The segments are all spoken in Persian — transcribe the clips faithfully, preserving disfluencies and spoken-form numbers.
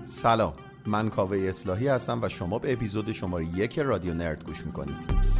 سلام، من کاوه اصلاحی هستم و شما به اپیزود شماره یک رادیو نرد گوش میکنید.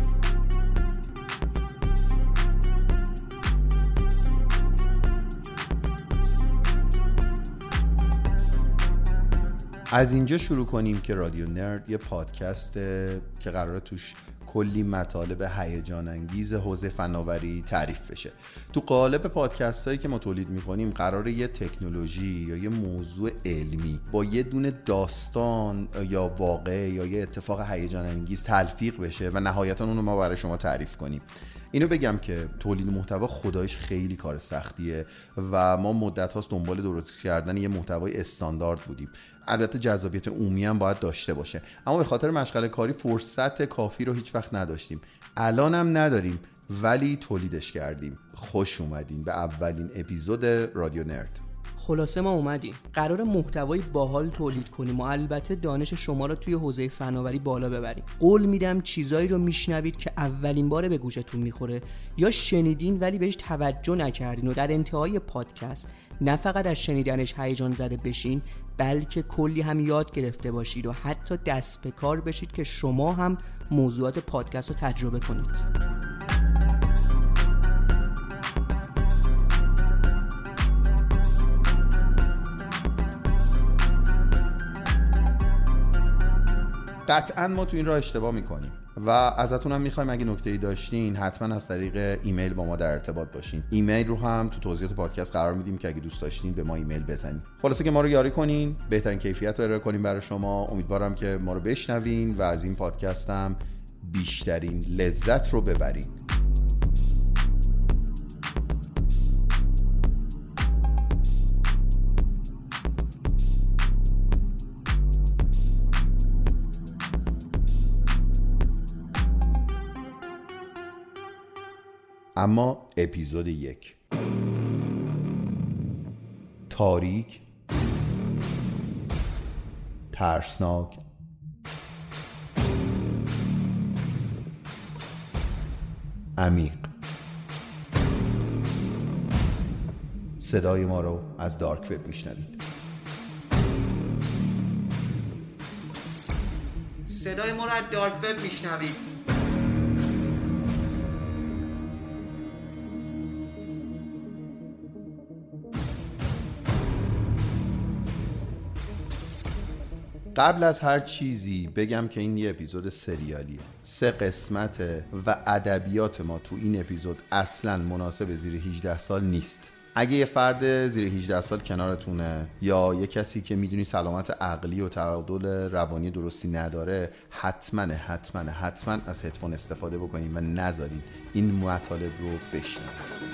از اینجا شروع کنیم که رادیو نرد یه پادکسته که قراره توش کلی مطالب هیجان انگیز حوزه فناوری تعریف بشه. تو قالب پادکست هایی که ما تولید میکنیم قراره یه تکنولوژی یا یه موضوع علمی با یه دونه داستان یا واقعه یا یه اتفاق هیجان انگیز تلفیق بشه و نهایتاً اون رو ما برای شما تعریف کنیم. اینو بگم که تولید محتوا خدایش خیلی کار سختیه و ما مدت هاست دنبال درست کردن یه محتوای استاندارد بودیم. البته جذابیت عمومی هم باید داشته باشه، اما به خاطر مشغله کاری فرصت کافی رو هیچ وقت نداشتیم. الان هم نداریم، ولی تولیدش کردیم. خوش اومدین به اولین اپیزود رادیو نرد. خلاصه ما اومدیم قرار محتوای باحال تولید کنیم و البته دانش شما رو توی حوزه فناوری بالا ببریم. قول میدم چیزایی رو میشنوید که اولین باره به گوشتون میخوره یا شنیدین ولی بهش توجه نکردین و در انتهای پادکست نه فقط از شنیدنش هیجان زده بشین، بلکه کلی هم یاد گرفته باشید و حتی دست به کار بشید که شما هم موضوعات پادکست رو تجربه کنید. قطعاً ما تو این راه اشتباه میکنیم و ازتون هم میخوایم اگه نکته‌ای داشتین حتما از طریق ایمیل با ما در ارتباط باشین. ایمیل رو هم تو توضیحات پادکست قرار میدیم که اگه دوست داشتین به ما ایمیل بزنین. خلاصه که ما رو یاری کنین، بهترین کیفیت رو ارائه کنیم برای شما. امیدوارم که ما رو بشنوین و از این پادکست هم بیشترین لذت رو ببرین. اما اپیزود یک، تاریک، ترسناک، عمیق. صدای ما رو از دارک وب میشنوید. صدای ما رو از دارک وب میشنوید. قبل از هر چیزی بگم که این یه اپیزود سریالیه، سه قسمته و ادبیات ما تو این اپیزود اصلا مناسب زیر هجده سال نیست. اگه یه فرد زیر هجده سال کنارتونه یا یه کسی که میدونی سلامت عقلی و تعادل روانی درستی نداره، حتما حتما حتما از هدفون استفاده بکنین و نذارین این مطالب رو بشنوین.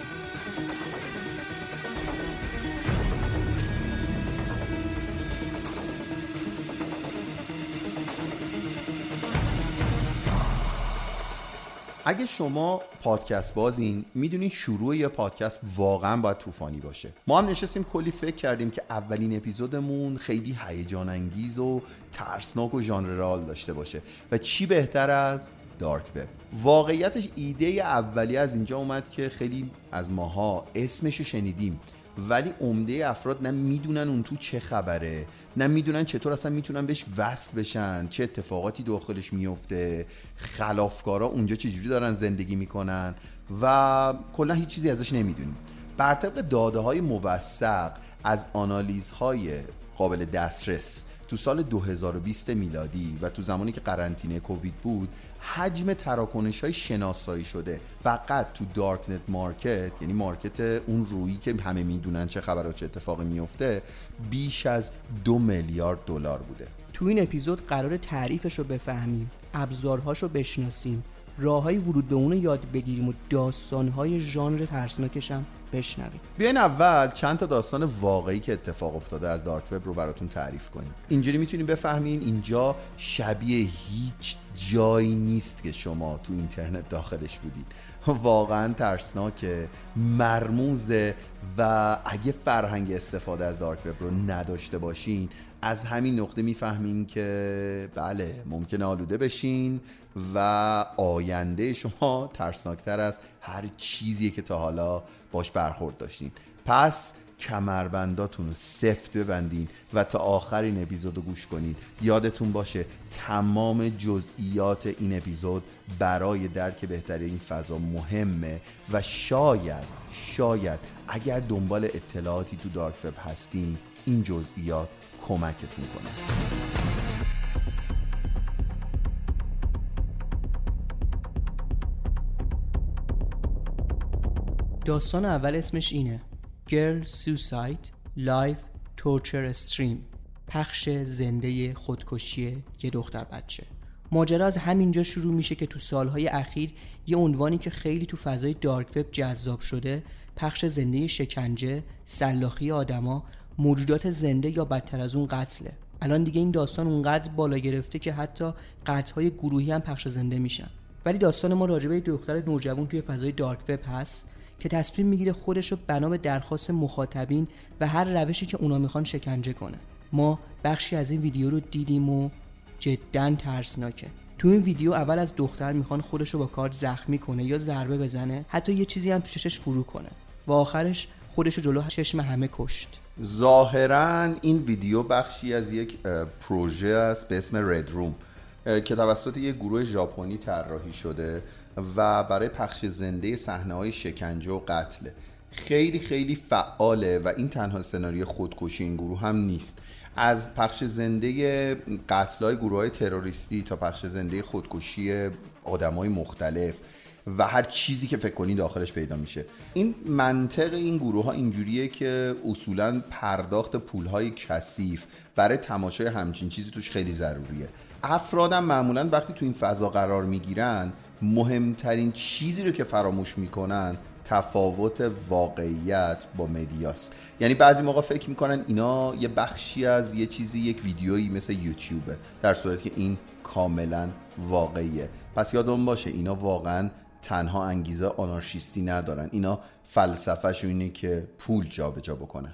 اگه شما پادکست بازین میدونین شروع یه پادکست واقعا باید طوفانی باشه. ما هم نشستیم کلی فکر کردیم که اولین اپیزودمون خیلی هیجان انگیز و ترسناک و ژانر رئال داشته باشه و چی بهتر از دارک وب. واقعیتش ایده اولیه از اینجا اومد که خیلی از ماها اسمشو شنیدیم ولی عمده افراد نه میدونن اون تو چه خبره، نه میدونن چطور اصلا میتونن بهش وصل بشن، چه اتفاقاتی داخلش میفته، خلافکارا اونجا چجوری دارن زندگی میکنن و کلا هیچ چیزی ازش نمیدونیم. بر طبق داده های موثق از آنالیزهای قابل دسترس تو سال دو هزار و بیست میلادی و تو زمانی که قرنطینه کووید بود، حجم تراکنش‌های شناسایی شده فقط تو دارک نت مارکت، یعنی مارکت اون رویی که همه میدونن چه خبر و چه اتفاقی میفته، بیش از دو میلیارد دلار بوده. تو این اپیزود قراره تعریفش رو بفهمیم، ابزارهاش رو بشناسیم، راههای ورود به اون رو یاد بگیریم و داستانهای ژانر ترسناکش هم بشنویم. بیاین اول چند تا داستان واقعی که اتفاق افتاده از دارک وب رو براتون تعریف کنیم. اینجوری میتونیم بفهمین اینجا شبیه هیچ جایی نیست که شما تو اینترنت داخلش بودید. واقعا ترسناکه، مرموزه و اگه فرهنگ استفاده از دارک وب رو نداشته باشین از همین نقطه میفهمین که بله ممکنه آلوده بشین و آینده شما ترسناکتر از هر چیزیه که تا حالا باش برخورد داشتین. پس کمربنداتون رو سفت ببندین و تا آخرین اپیزود رو گوش کنید. یادتون باشه تمام جزئیات این اپیزود برای درک بهتری این فضا مهمه و شاید شاید اگر دنبال اطلاعاتی تو دارک وب هستین این جزئیات کمکتون کنه. داستان اول اسمش اینه Girl Suicide Live Torture Stream، پخش زنده خودکشی یه دختر بچه. ماجرا از همینجا شروع میشه که تو سالهای اخیر یه عنوانی که خیلی تو فضای دارک وب جذاب شده، پخش زنده شکنجه، سلاخی آدما، موجودات زنده یا بدتر از اون قتله. الان دیگه این داستان اونقدر بالا گرفته که حتی قتل‌های گروهی هم پخش زنده میشن. ولی داستان ما راجع به دختر نوجوان توی فضای دارک وب هست که تصمیم میگیره خودش رو بنا به درخواست مخاطبین و هر روشی که اونا میخوان شکنجه کنه. ما بخشی از این ویدیو رو دیدیم و جداً ترسناکه. تو این ویدیو اول از دختر میخوان خودش رو با کارت زخمی کنه یا ضربه بزنه، حتی یه چیزی هم تو چشش فرو کنه و آخرش خودش رو جلو چشم همه کشت. ظاهراً این ویدیو بخشی از یک پروژه است به اسم رد روم که توسط یک گروه ژاپنی طراحی شده و برای پخش زنده صحنه‌های شکنجه و قتل. خیلی خیلی فعاله و این تنها سناریوی خودکشی این گروه هم نیست. از پخش زنده قتل‌های گروه‌های تروریستی تا پخش زنده خودکشی آدم‌های مختلف و هر چیزی که فکر کنی داخلش پیدا میشه. این منطق این گروه ها اینجوریه که اصولاً پرداخت پول‌های کثیف برای تماشای همچین چیزی توش خیلی ضروریه. افرادم معمولاً وقتی تو این فضا قرار میگیرن مهمترین چیزی رو که فراموش میکنن تفاوت واقعیت با مدیاست. یعنی بعضی موقع فکر میکنن اینا یه بخشی از یه چیزی، یک ویدیویی مثل یوتیوبه، در صورتی که این کاملا واقعیه. پس یادمون باشه اینا واقعا تنها انگیزه آنارشیستی ندارن، اینا فلسفه‌شون اینه که پول جابجا بکنن.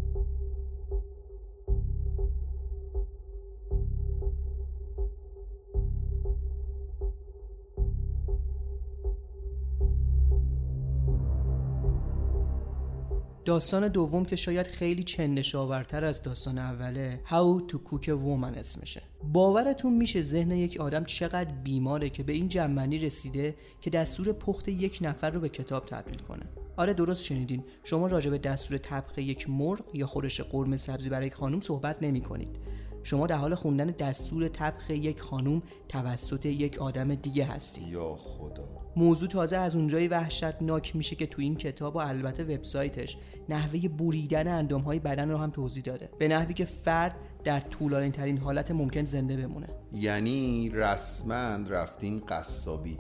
داستان دوم که شاید خیلی چندشاورتر از داستان اوله، How to Cook a Woman اسمشه. باورتون میشه ذهن یک آدم چقدر بیماره که به این جنبندی رسیده که دستور پخت یک نفر رو به کتاب تبدیل کنه. آره درست شنیدین، شما راجع به دستور طبخ یک مرغ یا خورش قرمه سبزی برای یک خانم صحبت نمی کنید. شما در حال خوندن دستور طبخ یک خانم توسط یک آدم دیگه هستی. یا خدا. موضوع تازه از اونجایی وحشتناک میشه که تو این کتاب و البته وبسایتش نحوه بریدن اندامهای بدن رو هم توضیح داده، به نحوی که فرد در طولانی ترین حالت ممکن زنده بمونه. یعنی رسما رفتین قصابی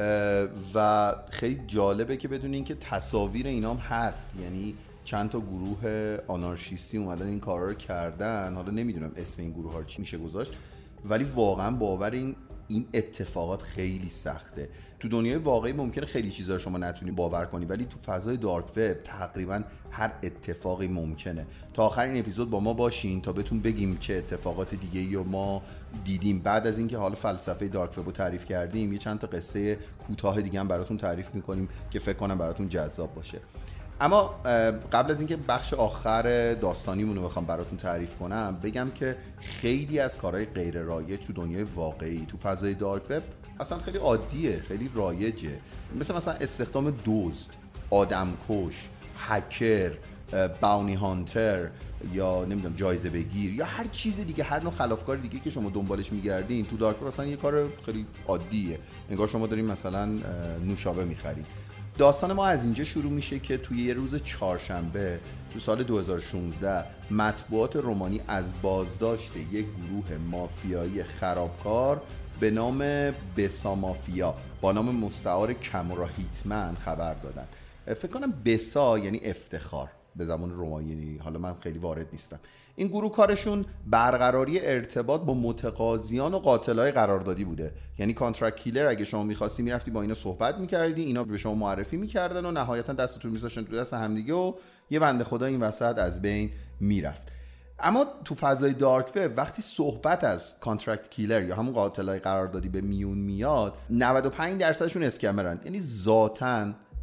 و خیلی جالبه که بدونین که تصاویر اینام هست. یعنی چند تا گروه آنارشیستی اومدن این کارا رو کردن. حالا نمیدونم اسم این گروه ها چی میشه گذاشت، ولی واقعا باور این این اتفاقات خیلی سخته. تو دنیای واقعی ممکنه خیلی چیزا رو شما نتونی باور کنی، ولی تو فضای دارک وب تقریبا هر اتفاقی ممکنه. تا آخر این اپیزود با ما باشین تا بهتون بگیم چه اتفاقات دیگه‌ای رو ما دیدیم. بعد از اینکه حالا فلسفه دارک وب رو تعریف کردیم، یه چند تا قصه کوتاه دیگه هم براتون تعریف می‌کنیم که فکر کنم براتون جذاب باشه. اما قبل از اینکه بخش آخر داستانیمون رو بخوام براتون تعریف کنم، بگم که خیلی از کارهای غیر رایج تو دنیای واقعی تو فضای دارک وب اصلا خیلی عادیه، خیلی رایجه. مثل مثلا استخدام دزد، آدمکش، هکر، باونی هانتر یا نمیدونم جایزه بگیر یا هر چیز دیگه، هر نوع خلافکار دیگه که شما دنبالش میگردین تو دارک وب اصلا یه کار خیلی عادیه. انگار شما دارین مثلا نوشابه میخرین. داستان ما از اینجا شروع میشه که توی یه روز چهارشنبه تو سال دو هزار و شانزده مطبوعات رومانی از بازداشت یک گروه مافیایی خرابکار به نام بسا مافیا با نام مستعار کامورا هیتمن خبر دادن. فکر کنم بسا یعنی افتخار به زبان رومانی، حالا من خیلی وارد نیستم. این گروه کارشون برقراری ارتباط با متقاضیان و قاتلای قراردادی بوده. یعنی کانترکت کیلر، اگه شما می‌خواستی میرفتی با اینا صحبت می‌کردی، اینا به شما معرفی می‌کردن و نهایتا دستتون می‌ذاشتن تو دست همدیگه و یه بنده خدا این وسط از بین میرفت. اما تو فضای دارک وب وقتی صحبت از کانترکت کیلر یا همون قاتلای قراردادی به میون میاد، نود و پنج درصدشون اسکمرن. یعنی ذاتاً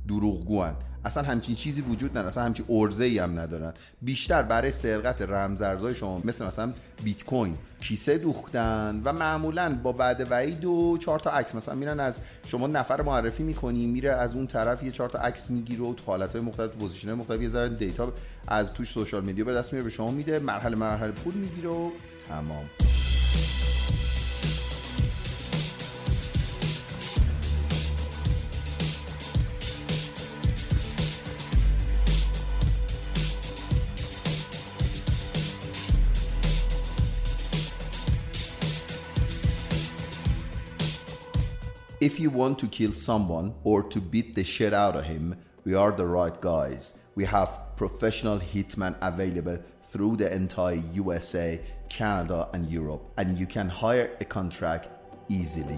دروغگوان، اصلا همچین چیزی وجود نداره، اصلا همچین عرضه‌ای هم ندارن. بیشتر برای سرقت رمزارزهای شما مثل مثلا بیت کوین کیسه دوختن و معمولا با وعده وعید و چهار تا عکس مثلا میرن از شما نفر معرفی میکنی، میره از اون طرف یه چهار تا عکس میگیره و تو حالت‌های مختلف، تو پوزیشن‌های مختلف یه ذره دیتا از توش سوشال مدیا به دست میاره، به شما میده، مرحله مرحله پول میگیره و تمام. If you want to kill someone or to beat the shit out of him, we are the right guys. We have professional hitmen available through the entire U S A, Canada and Europe, and you can hire a contract easily.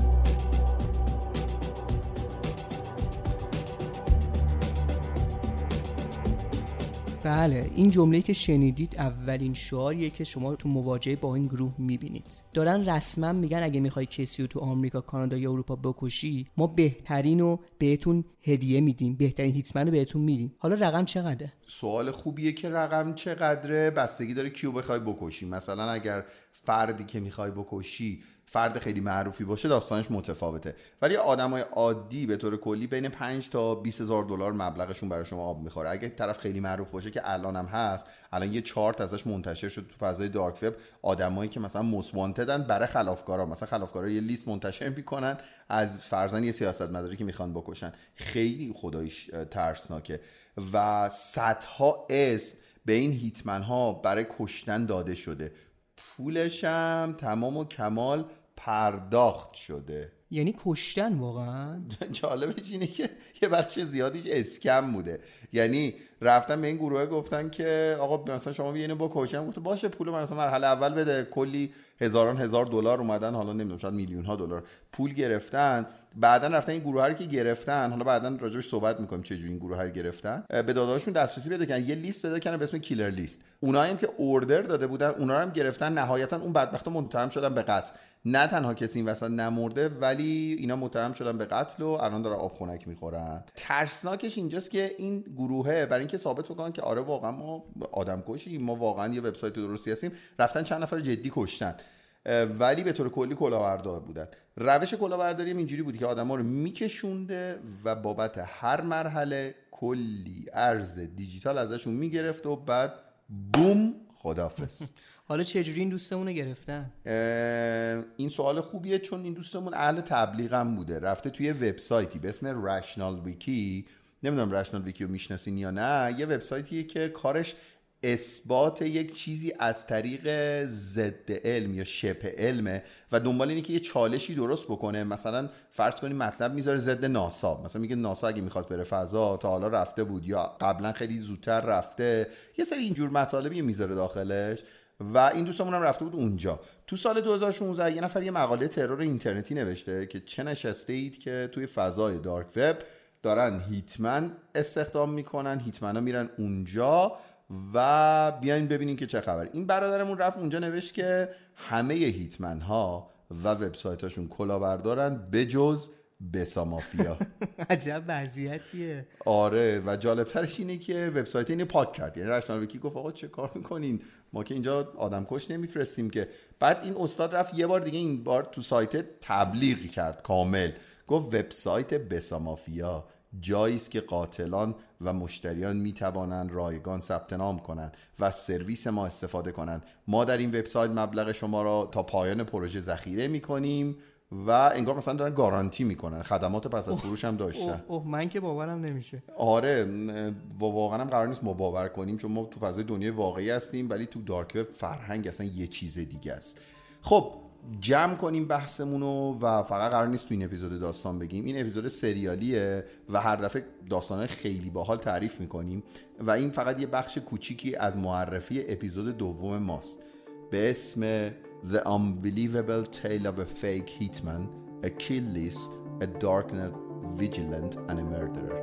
بله، این جمله‌ای که شنیدید اولین شعاریه که شما تو مواجهه با این گروه میبینید. دارن رسما میگن اگه میخوای کسی رو تو آمریکا، کانادا یا اروپا بکشی، ما بهترین رو بهتون هدیه میدیم، بهترین هیتمن رو بهتون میدیم. حالا رقم چقدره؟ سوال خوبیه که رقم چقدره بستگی داره کیو بخوای بکشی. مثلا اگر فردی که میخوای بکشی فرد خیلی معروفی باشه داستانش متفاوته، ولی آدمای عادی به طور کلی بین پنج تا بیست هزار دلار مبلغشون برای شما آب میخوره. اگه طرف خیلی معروف باشه که الان هم هست، الان یه چارت ازش منتشر شد تو فضای دارک وب، آدمایی که مثلا موست وانتدن برای خلافکارا، مثلا خلافکارا یه لیست منتشر میکنن از فرضاً یه سیاستمداری که میخوان بکشن. خیلی خداییش ترسناکه و صدها اسم به این هیتمن ها برای کشتن داده شده، پولش هم تمام و کمال پرداخت شده. یعنی کشتن واقعا؟ جالبش اینه که یه بخش زیادیش اسکم بوده. یعنی رفتن به این گروه گفتن که آقا مثلا شما بیاین بکشن، گفت باشه پول من مثلا مرحله اول بده، کلی هزاران هزار دلار اومدن، حالا نمیدونم شاید میلیون ها دلار پول گرفتن. بعدن رفتن این گروه هایی که گرفتن، حالا بعدن راجعش صحبت میکنیم چه جوری این گروه ها رو گرفتن، به داداشون دسترسی پیدا کردن، یه لیست پیدا کردن به اسم کیلر لیست. اونایی هم که اوردر داده بودن اونا رو هم گرفتن. نهایتا اون بدبختا متهم شدن به قتل. نه تنها کسی این وسط نمرده، ولی اینا متهم شدن به قتل و الان دارن آب خنک میخورن. ترسناکش اینجاست که این گروهه برای اینکه ثابت بکنن که آره واقعا ما آدم کشیم، ما واقعا یه وبسایت درستی هستیم، رفتن چند نفر جدی کشتن، ولی به طور کلی کلاهبردار بودن. روش کلاهبرداری اینجوری بود که آدما رو میکشونده و بابت هر مرحله کلی ارز دیجیتال ازشون میگرفت و بعد بوم خدافظ. حالا چجوری این دوستمون رو گرفتن؟ این سوال خوبیه، چون این دوستمون اهل تبلیغم بوده، رفته توی وبسایتی به اسم رشنال ویکی. نمیدونم رشنال ویکی رو میشناسین یا نه. یه وبسایتیه که کارش اثبات یک چیزی از طریق ضد علم یا شبه علمه و دنبال اینه که یه چالشی درست بکنه. مثلا فرض کنیم مطلب میذاره ضد ناسا، مثلا میگه ناسا اگه میخواست بره فضا تا حالا رفته بود یا قبلا خیلی زودتر رفته، یه سری اینجور مطالبی میذاره داخلش. و این دوستمون هم رفته بود اونجا. تو سال دو هزار و شانزده یه نفر یه مقاله ترور اینترنتی نوشته که چه نشسته اید که توی فضای دارک وب دارن هیتمن استخدام میکنن، هیتمن ها میرن اونجا و بیاین ببینین که چه خبر. این برادرمون رفت اونجا نوشت که همه هیتمن ها و وبسایت هاشون کلاهبردارن بجز بسا مافیا. عجب وضعیتیه. آره و جالبترش اینه که وبسایت اینو پاک کرد. یعنی رشنال ویکی گفت آقا چه کار میکنین، ما که اینجا آدم کش نمیفرستیم که. بعد این استاد رفت یه بار دیگه، این بار تو سایت تبلیغی کرد کامل، گفت وبسایت بسا مافیا جایی است که قاتلان و مشتریان میتوانند رایگان ثبت نام کنند و از سرویس ما استفاده کنند. ما در این وبسایت مبلغ شما را تا پایان پروژه ذخیره میکنیم و انگار مثلا دارن گارانتی میکنن، خدمات پس از فروش هم داشتن. اوه, اوه من که باورم نمیشه. آره واقعا هم قرار نیست ما باور کنیم، چون ما تو فضای دنیای واقعی هستیم، ولی تو دارک وب فرهنگ اصلا یه چیز دیگه است. خب جمع کنیم بحثمونو و فقط قرار نیست تو این اپیزود داستان بگیم. این اپیزود سریالیه و هر دفعه داستانهای خیلی باحال تعریف میکنیم و این فقط یه بخش کوچیکی از معرفی اپیزود دوم ماست به اسم The Unbelievable Tale of a Fake Hitman, a Kill List, a Darknet Vigilant and a Murderer.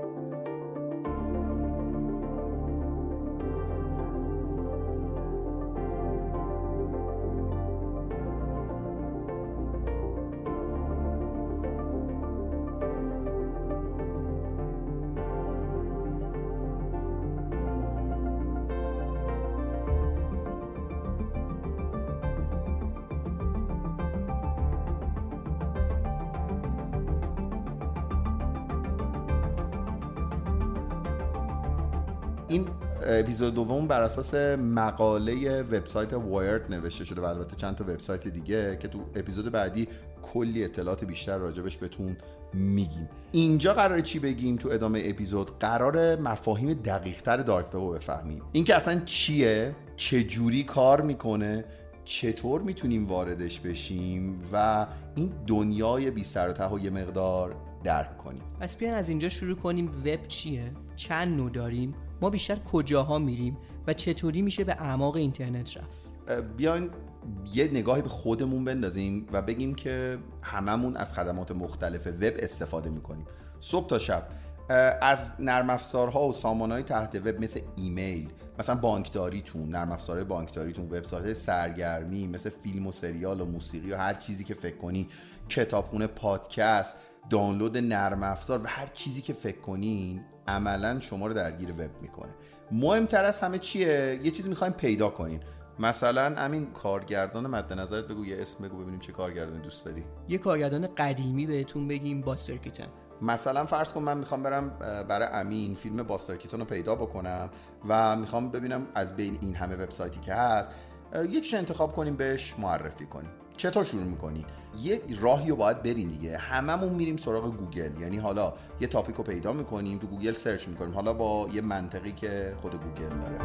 این اپیزود دوم بر اساس مقاله وبسایت وایرد نوشته شده و البته چند تا وبسایت دیگه که تو اپیزود بعدی کلی اطلاعات بیشتر راجبش بهتون میگیم. اینجا قراره چی بگیم تو ادامه اپیزود؟ قراره مفاهیم دقیق‌تر دارک وب رو بفهمیم. این که اصلا چیه، چه جوری کار میکنه، چطور میتونیم واردش بشیم و این دنیای بی سر و ته و یه مقدار درک کنیم. پس بیاین از اینجا شروع کنیم. وب چیه؟ چند نوع داریم؟ ما بیشتر کجاها میریم و چطوری میشه به اعماق اینترنت رفت؟ بیاین یه نگاهی به خودمون بندازیم و بگیم که هممون از خدمات مختلف وب استفاده میکنیم صبح تا شب، از نرم افزارها و سامانهای تحت وب مثل ایمیل، مثلا بانکداریتون، نرم افزارهای بانکداریتون، وبسایت سرگرمی مثل فیلم و سریال و موسیقی و هر چیزی که فکر کنی، کتابخونه، پادکست، دانلود نرم افزار و هر چیزی که فکر کنین عملاً شما رو درگیر وب میکنه. مهمتر از همه چیه؟ یه چیزی میخوایم پیدا کنین. مثلا همین کارگردان مد نظرت بگو، یه اسم بگو ببینیم چه کارگردانی دوست داری. یه کارگردان قدیمی بهتون بگیم، باستر کیتن. مثلا فرض کن من میخوام برم برای امین فیلم باستر کیتن رو پیدا بکنم و میخوام ببینم از بین این همه وبسایتی که هست یکیش انتخاب کنیم بهش معرفی کنیم. چطور شروع میکنین؟ یه راهی رو باید برین دیگه. هممون میریم سراغ گوگل، یعنی حالا یه تاپیک رو پیدا میکنیم تو گوگل سرچ میکنیم، حالا با یه منطقی که خود گوگل داره.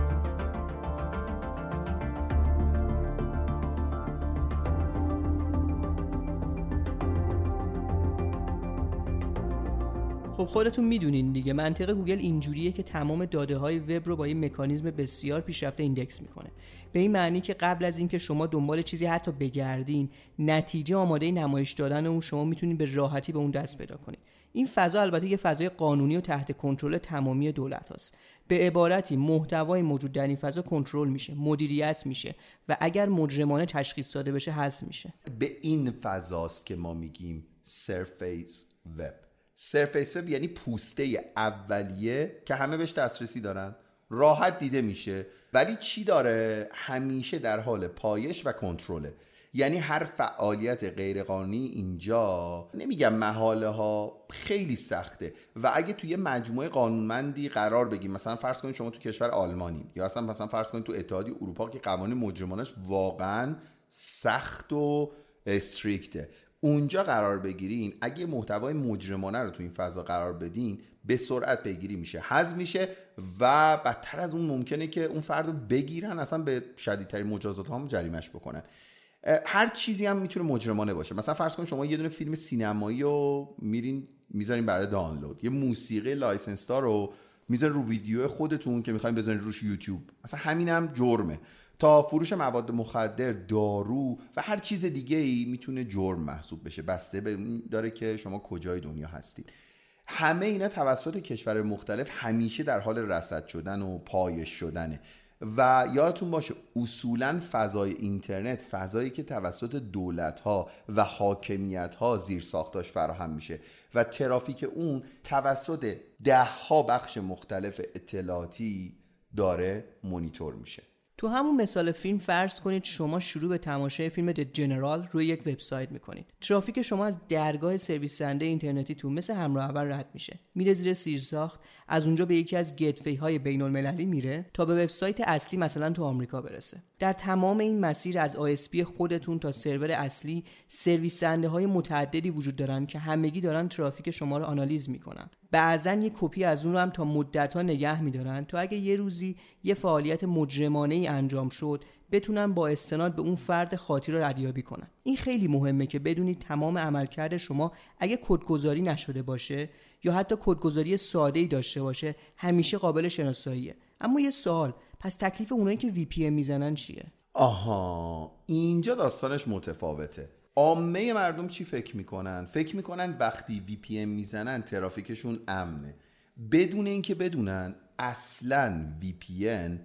خب خودتون میدونین دیگه، منطق گوگل اینجوریه که تمام داده های وب رو با یه مکانیزم بسیار پیشرفته ایندکس میکنه. به این معنی که قبل از اینکه شما دنبال چیزی حتی بگردین، نتیجه آماده نمایش دادن اون شما میتونین به راحتی به اون دست پیدا کنین. این فضا البته یه فضای قانونی و تحت کنترل تمامی دولت هاست. به عبارتی محتوای موجود در این فضا کنترل میشه، مدیریت میشه و اگر مجرمانه تشخیص داده بشه حذف میشه. به این فضاست که ما میگیم سرفیس وب. سرفیس وب یعنی پوسته اولیه که همه بهش دسترسی دارن، راحت دیده میشه، ولی چی داره؟ همیشه در حال پایش و کنترله. یعنی هر فعالیت غیرقانونی اینجا، نمیگم محاله ها، خیلی سخته و اگه توی مجموعه قانونمندی قرار بگیم، مثلا فرض کنید شما تو کشور آلمانی یا اصلا مثلا فرض کنید تو اتحادیه اروپا که قوانین مجرمانش واقعا سخت و استریکته، اونجا قرار بگیرین، اگه محتوای مجرمانه رو تو این فضا قرار بدین به سرعت پیگیری میشه، حذف میشه و بدتر از اون ممکنه که اون فرد رو بگیرن، اصلا به شدیدترین مجازات هم جریمه‌اش بکنن. هر چیزی هم میتونه مجرمانه باشه. مثلا فرض کن شما یه دونه فیلم سینمایی رو میرین میذارین برای دانلود، یه موسیقی لایسنس دار رو میذارین رو ویدیو خودتون که میخواین بذارین روش یوتیوب، مثلا همین هم جرمه. تا فروش مواد مخدر، دارو و هر چیز دیگه ای میتونه جرم محسوب بشه، بسته به داره که شما کجای دنیا هستید. همه اینا توسط کشور مختلف همیشه در حال رصد شدن و پایش شدنه و یادتون باشه اصولاً فضای اینترنت فضایی که توسط دولت‌ها و حاکمیت‌ها زیر ساختاش فراهم میشه و ترافیک اون توسط ده‌ها بخش مختلف اطلاعاتی داره مانیتور میشه. تو همون مثال فیلم فرض کنید شما شروع به تماشای فیلم د جنرال روی یک وبسایت میکنید. ترافیک شما از درگاه سرویس دهنده اینترنتی تو مثل همراه اول رد میشه، میره زیر سیرساخت، از اونجا به یکی از گیتوی های بین المللی میره تا به وبسایت اصلی مثلا تو آمریکا برسه. در تمام این مسیر از آی اس پی خودتون تا سرور اصلی سرویس دهنده های متعددی وجود دارن که همگی دارن ترافیک شما رو آنالیز میکنن. بعضن یه کپی از اون رو هم تا مدت‌ها نگه می‌دارن تا اگه یه روزی یه فعالیت مجرمانه‌ای انجام شد بتونن با استناد به اون فرد خاطی رو ردیابی کنن. این خیلی مهمه که بدونید تمام عملکرد شما اگه کدگذاری نشده باشه یا حتی کدگذاری ساده‌ای داشته باشه همیشه قابل شناساییه. اما یه سوال، پس تکلیف اونایی که وی پی ان میزنن چیه؟ آها، اینجا داستانش متفاوته. عامه مردم چی فکر میکنن؟ فکر میکنن وقتی وی پی ان میزنن ترافیکشون امنه، بدون اینکه بدونن اصلاً وی پی ان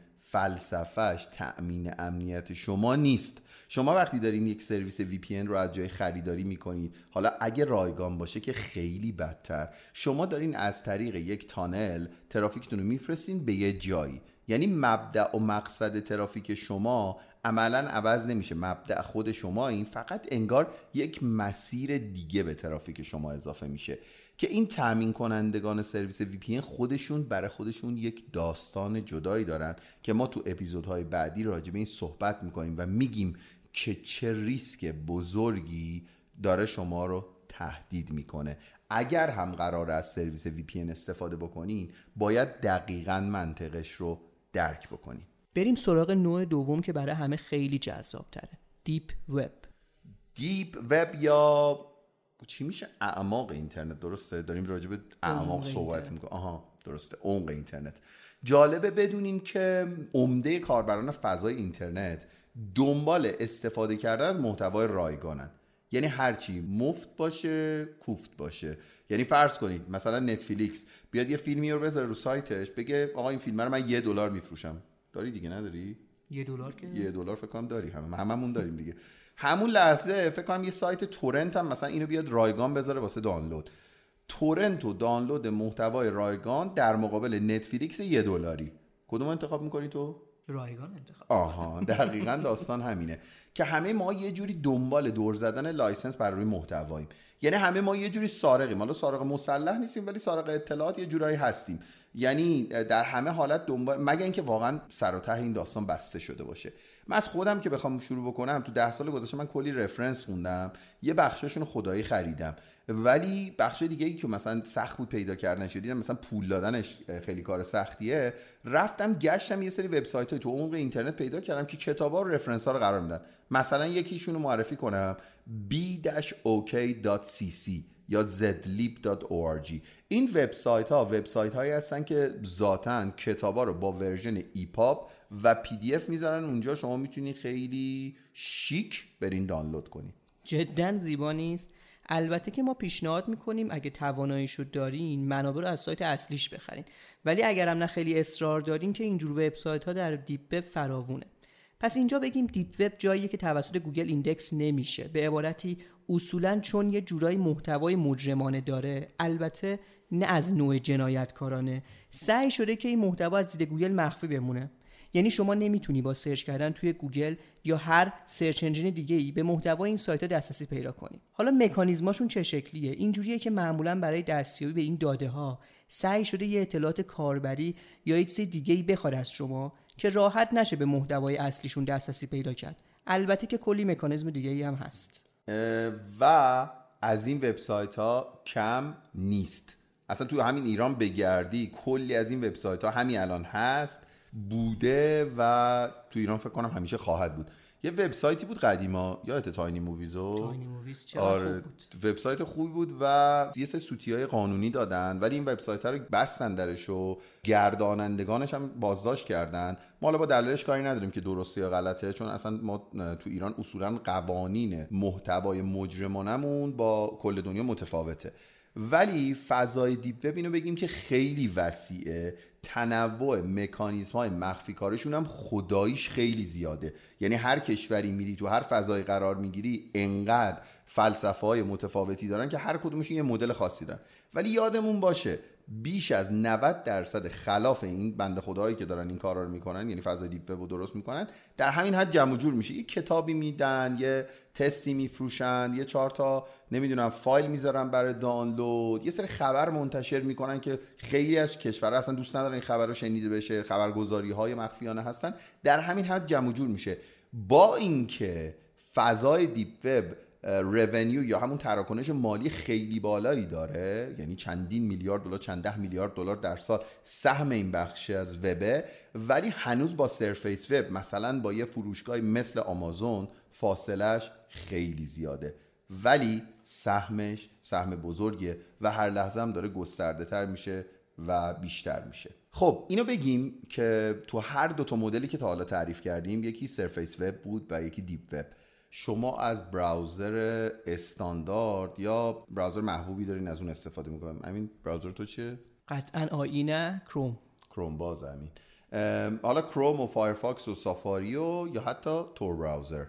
فلسفهش تأمین امنیت شما نیست. شما وقتی دارین یک سرویس وی پی ان رو از جای خریداری میکنید، حالا اگه رایگان باشه که خیلی بدتر، شما دارین از طریق یک تانل ترافیکتون رو میفرستین به یه جایی، یعنی مبدأ و مقصد ترافیک شما عملاً عوض نمیشه. مبدأ خود شما این فقط انگار یک مسیر دیگه به ترافیک شما اضافه میشه که این تامین کنندگان سرویس وی پی ان خودشون برای خودشون یک داستان جدایی دارن که ما تو اپیزودهای بعدی راجع به این صحبت میکنیم و میگیم که چه ریسک بزرگی داره شما رو تهدید میکنه. اگر هم قراره از سرویس وی پی ان استفاده بکنین باید دقیقاً منطقش رو درک بکنین. بریم سراغ نوع دوم که برای همه خیلی جذاب تره، دیپ وب. دیپ وب یا چی میشه؟ اعماق اینترنت. درسته؟ داریم راجع به اعماق صحبت میکنیم. آها درسته، عمق اینترنت. جالبه بدونیم که عمده کاربران فضای اینترنت دنبال استفاده کردن از محتوای رایگانن. یعنی هرچی مفت باشه کوفت باشه. یعنی فرض کنید مثلا نتفلیکس بیاد یه فیلمی رو بذاره رو سایتش بگه آقا این فیلم رو من یه دلار میفروشم. داری دیگه نداری؟ یه دلار که یه دلار فکر کنم داری، همه هممون داریم دیگه. همون لحظه فکر کنم یه سایت تورنت هم مثلا اینو بیاد رایگان بذاره واسه دانلود. تورنت و دانلود محتوای رایگان در مقابل نتفلیکس یه دلاری. کدوم انتخاب می‌کنی تو؟ رایگان انتخاب. آها دقیقاً داستان همینه که همه ما یه جوری دنبال دور زدن لایسنس بر روی محتواییم. یعنی همه ما یه جوری سارقیم. حالا سارق مسلح نیستیم ولی سارق اطلاعات یه جورایی هستیم. یعنی در همه حالت دنبال، مگه اینکه واقعا سر و ته این داستان بسته شده باشه. من از خودم که بخوام شروع بکنم تو ده سال گذشته من کلی رفرنس خوندم، یه بخششون خدایی خریدم، ولی بخش دیگه ای که مثلا سخت بود پیدا کردنش، دیدم مثلا پول دادنش خیلی کار سختیه، رفتم گشتم یه سری وبسایت‌های تو عمق اینترنت پیدا کردم که کتابا و رفرنس‌ها رو قرار میدن. مثلا یکیشون رو معرفی کنم، بی او کی دات سی سی یا زد لیب دات او آر جی. این وبسایت ها وبسایت هایی هستن که ذاتاً کتابا رو با ورژن ایپاب و پی دی اف میذارن اونجا، شما میتونی خیلی شیک برین دانلود کنی. جداً زیبا نیست؟ البته که ما پیشنهاد میکنیم اگه تواناییشو دارین منابع رو از سایت اصلیش بخرین، ولی اگرم نه خیلی اصرار دارین که اینجور وبسایت ها در دیپ وب فراوونه. پس اینجا بگیم دیپ وب جاییه که توسط گوگل ایندکس نمیشه. به عبارتی اصولاً چون یه جورایی محتوای مجرمانه داره، البته نه از نوع جنایتکارانه، سعی شده که این محتوا از دید گوگل مخفی بمونه. یعنی شما نمیتونی با سرچ کردن توی گوگل یا هر سرچ انجین دیگه‌ای به محتوای این سایت‌ها دسترسی پیدا کنی. حالا مکانیزماشون چه شکلیه؟ اینجوریه که معمولاً برای دستیابی به این داده‌ها سعی شده یه اطلاعات کاربری یا یه چیز دیگه‌ای بخواد از شما که راحت نشه به محتوای اصلیشون دسترسی پیدا کرد. البته که کلی مکانیزم دیگه‌ای هم هست. و از این وبسایت‌ها کم نیست. اصلا تو همین ایران بگردی کلی از این وبسایت‌ها همین الان هست، بوده و تو ایران فکر کنم همیشه خواهد بود. یه وبسایتی بود قدیما، یادت تاینی موویزو؟ تاینی موویز چرا آره، خوب بود. وبسایت خوبی بود و یه سری سوتی‌های قانونی دادن، ولی این وبسایت رو بستن درش و گردانندگانش هم بازداشت کردن. ما حالا با دلیلش کاری نداریم که درسته یا غلطه، چون اصلا ما تو ایران اصولا قوانین محتوای مجرمانمون با کل دنیا متفاوته. ولی فضای دیپ وب اینو بگیم که خیلی وسیعه، تنوع مکانیزم‌های مخفی کارشون هم خداییش خیلی زیاده. یعنی هر کشوری میری تو هر فضای قرار میگیری انقدر فلسفه‌های متفاوتی دارن که هر کدومشون یه مدل خاصی دارن. ولی یادمون باشه بیش از نود درصد خلاف این بنده خدایی که دارن این کارا رو میکنن، یعنی فضای دیپ وب رو درست میکنن، در همین حد جمع و جور میشه. یه کتابی میدن، یه تستی میفروشن، یه چهار تا نمیدونم فایل میذارن برای دانلود، یه سری خبر منتشر میکنن که خیلی از کشورها اصلا دوست ندارن این خبر رو شنیده بشه، خبرگزاری‌های مخفیانه هستن. در همین حد جمع و جور میشه. با اینکه فضای دیپ وب رونیو یا همون تراکنش مالی خیلی بالایی داره، یعنی چندین میلیارد دلار، چند ده میلیارد دلار در سال سهم این بخش از وبه، ولی هنوز با سرفیس وب مثلا با یه فروشگاهی مثل آمازون فاصلش خیلی زیاده، ولی سهمش سهم بزرگیه و هر لحظه هم داره گسترده تر میشه و بیشتر میشه. خب اینو بگیم که تو هر دو تا مدلی که تا حالا تعریف کردیم، یکی سرفیس وب بود و یکی دیپ وب. شما از براوزر استاندارد یا براوزر محبوبی دارین از اون استفاده میکنین؟ همین براوزر تو چیه؟ قطعاً آینه کروم. کروم باز همین. حالا کروم و فایرفاکس و سافاری و یا حتی تور براوزر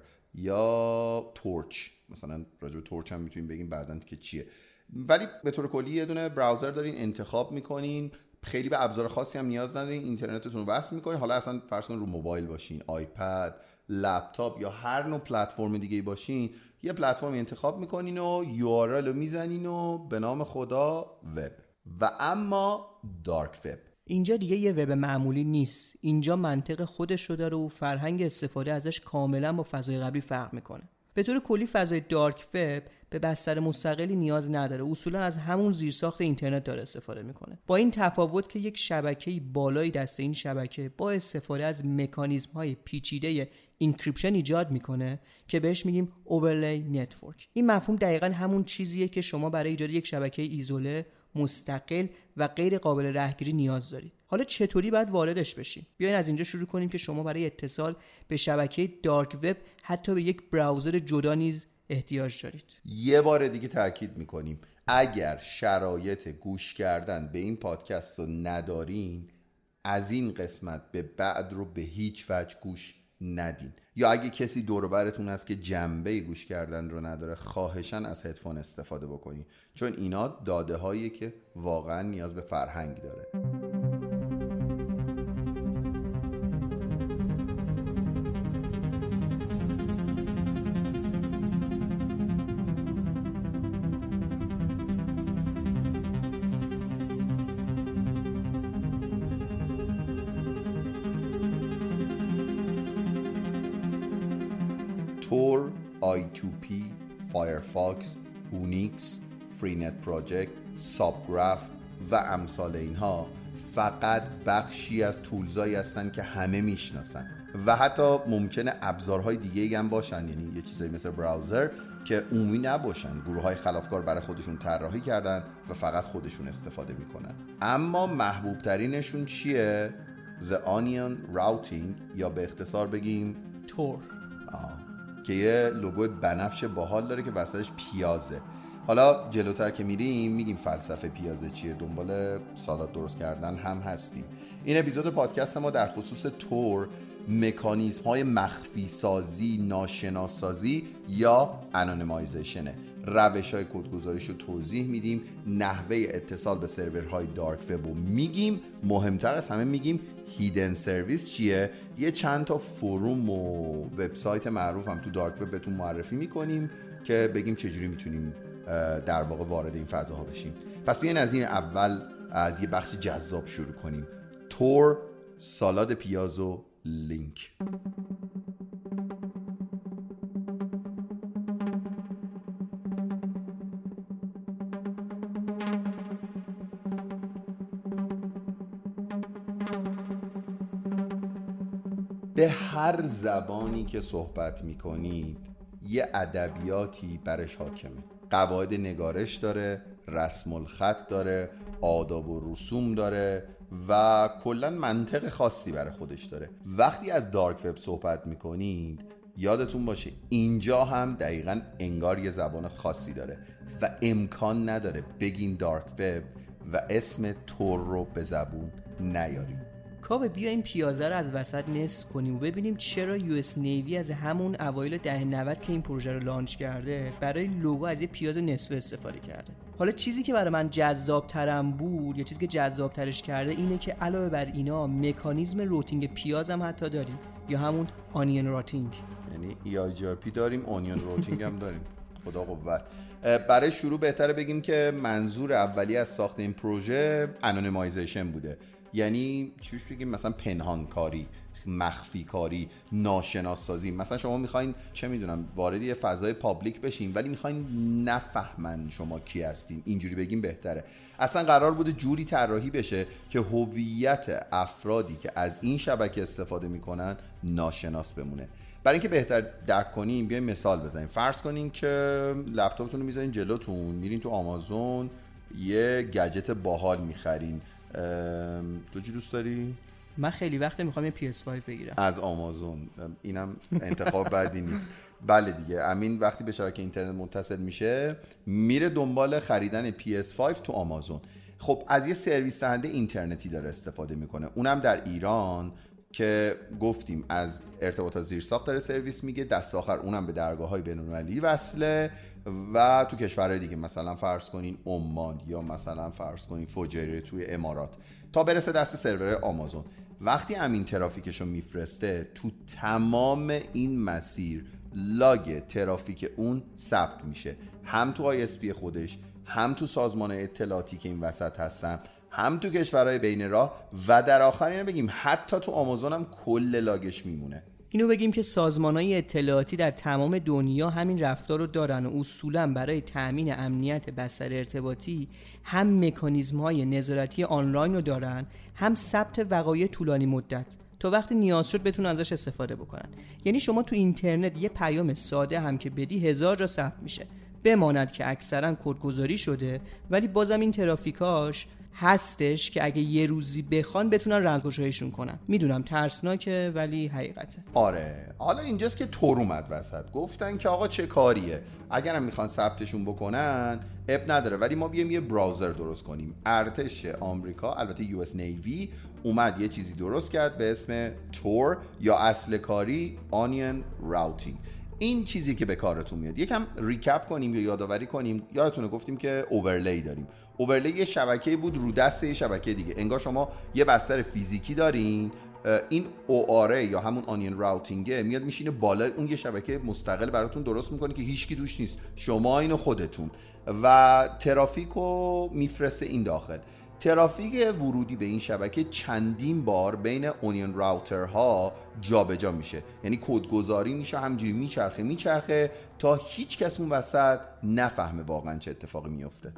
یا تورچ، مثلا راجع به تورچ هم میتونیم بگیم بعداً که چیه. ولی به طور کلی یه دونه براوزر دارین انتخاب میکنین، خیلی به ابزار خاصی هم نیاز ندارین، اینترنتتون رو وصل میکنین. حالا اصلا فرض کن رو موبایل باشین، آیپد، لپتاپ یا هر نوع پلتفرم دیگه باشین، یه پلتفرم انتخاب میکنین و یو آر ال رو میزنین و به نام خدا وب. و اما دارک وب اینجا دیگه یه وب معمولی نیست، اینجا منطق خودش رو داره و فرهنگ استفاده ازش کاملا با فضای قبلی فرق میکنه. به طور کلی فضای دارک وب به بستر مستقلی نیاز نداره، اصولا از همون زیرساخت اینترنت داره استفاده میکنه، با این تفاوت که یک شبکه‌ای بالای دست این شبکه با استفاده از مکانیزم‌های پیچیده اینکریپشن ایجاد میکنه که بهش میگیم اوورلی نتورک. این مفهوم دقیقاً همون چیزیه که شما برای ایجاد یک شبکه ایزوله، مستقل و غیر قابل رهگیری نیاز دارید. حالا چطوری باید واردش بشیم؟ بیاین از اینجا شروع کنیم که شما برای اتصال به شبکه دارک وب حتی به یک براوزر جدا نیز احتیاج دارید. یه بار دیگه تاکید میکنیم اگر شرایط گوش کردن به این پادکست رو ندارین، از این قسمت به بعد رو به هیچ وجه گوش ندین. یا اگه کسی دور و برتون هست که جنبه گوش کردن رو نداره، خواهشاً از هدفون استفاده بکنین، چون اینا داده هاییه که واقعا نیاز به فرهنگ داره. تور، آی تو پی، فایرفاکس، هونیکس، فرینت پراجکت، سابگراف و امثال اینها فقط بخشی از تولزایی هستن که همه میشناسن و حتی ممکنه ابزارهای دیگه هم باشن، یعنی یه چیزایی مثل براوزر که عمومی نباشن، گروه‌های خلافکار برای خودشون طراحی کردن و فقط خودشون استفاده میکنن. اما محبوب ترینشون چیه؟ The Onion Routing، یا به اختصار بگیم تور، آه. که یه لوگوی بنفش باحال داره که وسطش پیازه. حالا جلوتر که میریم میگیم فلسفه پیازه چیه، دنبال سالاد درست کردن هم هستیم. این اپیزود پادکست ما در خصوص تور، مکانیزم های مخفی سازی، ناشناس سازی یا انونیمایزیشنه. روش های کدگذاریش رو توضیح میدیم، نحوه اتصال به سرورهای دارک وب رو میگیم، مهمتر از همه میگیم هیدن سرویس چیه. یه چند تا فروم و وبسایت معروف هم تو دارک وب بهتون معرفی میکنیم که بگیم چجوری میتونیم در واقع وارد این فضاها بشیم. پس بیاین از این اول از یه بخش جذاب شروع کنیم. تور، سالاد پیاز و لینک. به هر زبانی که صحبت میکنید یه ادبیاتی برش حاکمه. قواعد نگارش داره، رسم الخط داره، آداب و رسوم داره و کلا منطق خاصی برای خودش داره. وقتی از دارک وب صحبت میکنید یادتون باشه اینجا هم دقیقاً انگار یه زبان خاصی داره و امکان نداره بگین دارک وب و اسم تور رو به زبون نیاریم. کاوه بیا این پیازه رو از وسط نصف کنیم و ببینیم چرا یو اس نیوی از همون اوایل دهه نود که این پروژه رو لانچ کرده برای لوگو از یه پیاز نصفه استفاده کرده. حالا چیزی که برای من جذاب ترم بود یا چیزی که جذاب ترش کرده اینه که علاوه بر اینا مکانیزم روتینگ پیاز هم حتی داریم، یا همون آنین روتینگ. یعنی ای آی جی آر پی داریم، آنین روتینگ هم داریم. خدا قوت. برای شروع بهتره بگیم که منظور اولی از ساخت این پروژه انونیمایزیشن بوده. یعنی چیش بگیم مثلا پنهان کاری، مخفی کاری، ناشناس سازی. مثلا شما میخواین چه میدونم وارد یه فضای پابلیک بشین ولی میخواین نفهمن شما کی هستین، اینجوری بگیم بهتره. اصلا قرار بوده جوری طراحی بشه که هویت افرادی که از این شبکه استفاده میکنن ناشناس بمونه. برای اینکه بهتر درک کنیم بیایم مثال بزنیم. فرض کنین که لپتاپتون رو میذارین جلوتون، میرین تو آمازون یه گجت باحال میخرین. تو چی دوست داری؟ من خیلی وقته میخوام یه پی اس پنج بگیرم از آمازون. اینم انتخاب بدی نیست. بله دیگه، امین وقتی به شبکه اینترنت متصل میشه میره دنبال خریدن پی اس پنج تو آمازون. خب از یه سرویس دهنده اینترنتی داره استفاده میکنه، اونم در ایران که گفتیم از ارتباطات زیرساخت داره سرویس میگه، دست آخر اونم به درگاه‌های بین‌المللی وصله و تو کشورهای دیگه مثلا فرض کنین عمان یا مثلا فرض کنین فجایره توی امارات تا برسه دست سرور آمازون. وقتی امین ترافیکشو میفرسته تو تمام این مسیر لاگ ترافیک اون ثبت میشه، هم تو آی اس پی خودش، هم تو سازمان اطلاعاتی که این وسط هستن، هم تو کشورهای بین راه و در آخر اینو بگیم حتی تو آمازون هم کل لاگش میمونه. اینو بگیم که سازمان‌های اطلاعاتی در تمام دنیا همین رفتار رو دارن و اصولاً برای تأمین امنیت بستر ارتباطی هم مکانیزم‌های نظارتی آنلاین رو دارن، هم ثبت وقایع طولانی مدت تا وقتی نیاز شد بتونن ازش استفاده بکنن. یعنی شما تو اینترنت یه پیام ساده هم که بدی هزار جا ثبت میشه، بماند که اکثرا کدگذاری شده ولی بازم این ترافیکاش هستش که اگه یه روزی بخوان بتونن رندگشاییشون کنن. میدونم ترسناکه ولی حقیقته. آره حالا اینجاست که تور اومد وسط، گفتن که آقا چه کاریه، اگرم میخوان ثبتشون بکنن اب نداره ولی ما بیایم یه براوزر درست کنیم. ارتش آمریکا، البته یو اس نیوی، اومد یه چیزی درست کرد به اسم تور یا اصل کاری آنین راوتینگ. این چیزی که به کارتون میاد. یکم ریکپ کنیم یا یادآوری کنیم. یادتونه گفتیم که اوورلی داریم. اوورلی یه شبکه بود رو دست یه شبکه دیگه. انگار شما یه بستر فیزیکی دارین، این او آر ای یا همون آنین راوتینگه میاد میشینه بالای اون یه شبکه مستقل براتون درست میکنه که هیچکی توش نیست، شما اینو خودتون، و ترافیکو میفرسته این داخل. ترافیک ورودی به این شبکه چندین بار بین اونین راوترها جابجا میشه، یعنی کدگذاری میشه، همینجوری میچرخه میچرخه تا هیچ کس اون وسط نفهمه واقعا چه اتفاقی میفته.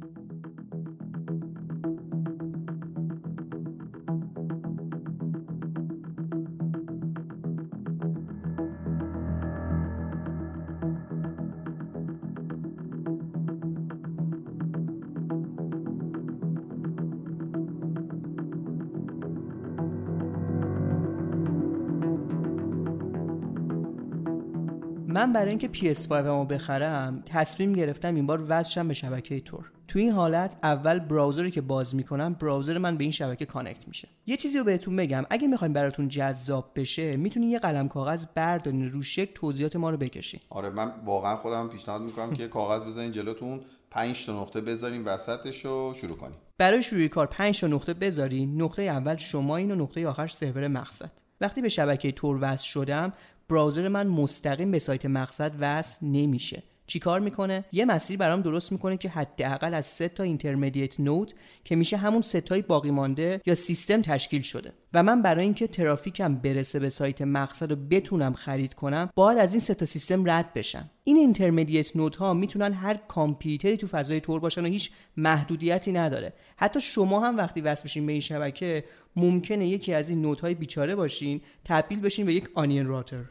من برای اینکه پی اس پنج رو بخرم تصمیم گرفتم این بار وصلشم به شبکه تور. تو این حالت اول براوزری که باز میکنم براوزر من به این شبکه کانکت میشه. یه چیزی رو بهتون بگم، اگه میخوایم براتون جذاب بشه میتونین یه قلم کاغذ بردارین رو شکل توضیحات ما رو بکشین. آره من واقعا خودم پیشنهاد میکنم که کاغذ بزنین جلوتون، پنج تا نقطه بذارین وسطش و شروع کنین. برای شروع کار پنج تا نقطه بذارین. نقطه اول شما این و نقطه آخر سرور مقصد. وقتی به شبکه تور وصل شدم براوزر من مستقیم به سایت مقصد وصل نمیشه. چی کار میکنه؟ یه مسیر برام درست میکنه که حداقل از سه تا اینترمدییت نود که میشه همون سه تای باقی مانده یا سیستم تشکیل شده و من برای اینکه ترافیکم برسه به سایت مقصد و بتونم خرید کنم باید از این سه تا سیستم رد بشم. این اینترمدییت نود ها میتونن هر کامپیوتری تو فضای تور باشن و هیچ محدودیتی نداره. حتی شما هم وقتی وصل بشین به این شبکه ممکنه یکی از این نودهای بیچاره باشین تبدیل بشین به یک آنین راوتر.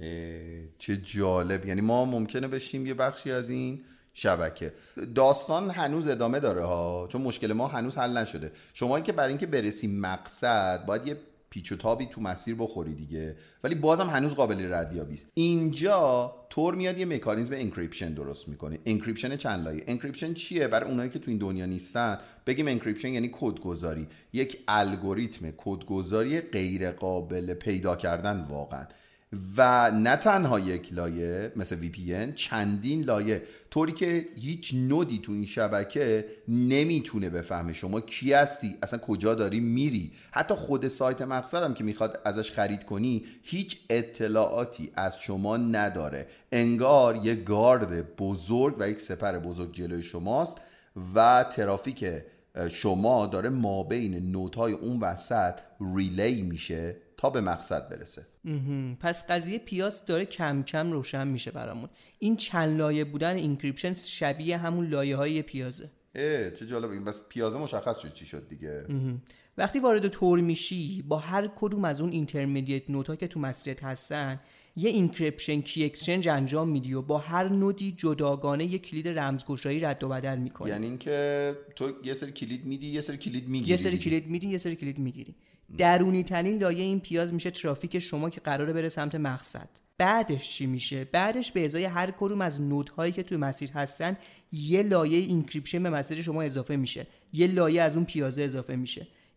چه جالب، یعنی ما ممکنه بشیم یه بخشی از این شبکه. داستان هنوز ادامه داره ها، چون مشکل ما هنوز حل نشده. شما این که برای اینکه برسی مقصد باید یه پیچ و تابی تو مسیر بخوری دیگه، ولی بازم هنوز قابل ردیابی است. اینجا تور میاد یه مکانیزم انکریپشن درست میکنه. انکریپشن چند لایه. انکریپشن چیه؟ برای اونایی که تو این دنیا نیستن بگیم انکریپشن یعنی کدگذاری، یک الگوریتم کدگذاری غیر قابل پیدا کردن واقعا، و نه تنها یک لایه مثل وی پی ان، چندین لایه، طوری که هیچ نودی تو این شبکه نمیتونه بفهمه شما کی هستی، اصلا کجا داری میری. حتی خود سایت مقصد هم که میخواد ازش خرید کنی هیچ اطلاعاتی از شما نداره. انگار یه گارد بزرگ و یک سپر بزرگ جلوی شماست و ترافیک شما داره مابین نودهای اون وسط ریلی میشه تا به مقصد برسه. پس قضیه پیاس داره کم کم روشن میشه برامون. این چند لایه بودن اینکریپشن شبیه همون لایه های پیازه. اه چه جالب. این بس پیازه مشخص شد چی شد دیگه. وقتی وارد تور میشی با هر کدوم از اون اینترمدییت نودها که تو مسیرت هستن یه اینکریپشن کی اکسچنج انجام میدی و با هر نودی جداگانه یه کلید رمزگشایی رد و بدل میکنی. یعنی اینکه تو یه سری کلید میدی یه سری کلید میگیری. یه سری کلید میدی یه سری کلید میگیری. درونی ترین لایه این پیاز میشه ترافیک شما که قراره بره سمت مقصد. بعدش چی میشه؟ بعدش به ازای هر کدوم از نودهایی که توی مسیر هستن یه لایه اینکریپشن به مسیر شما اضافه میشه، یه لایه از اون پیازه اضافه میشه.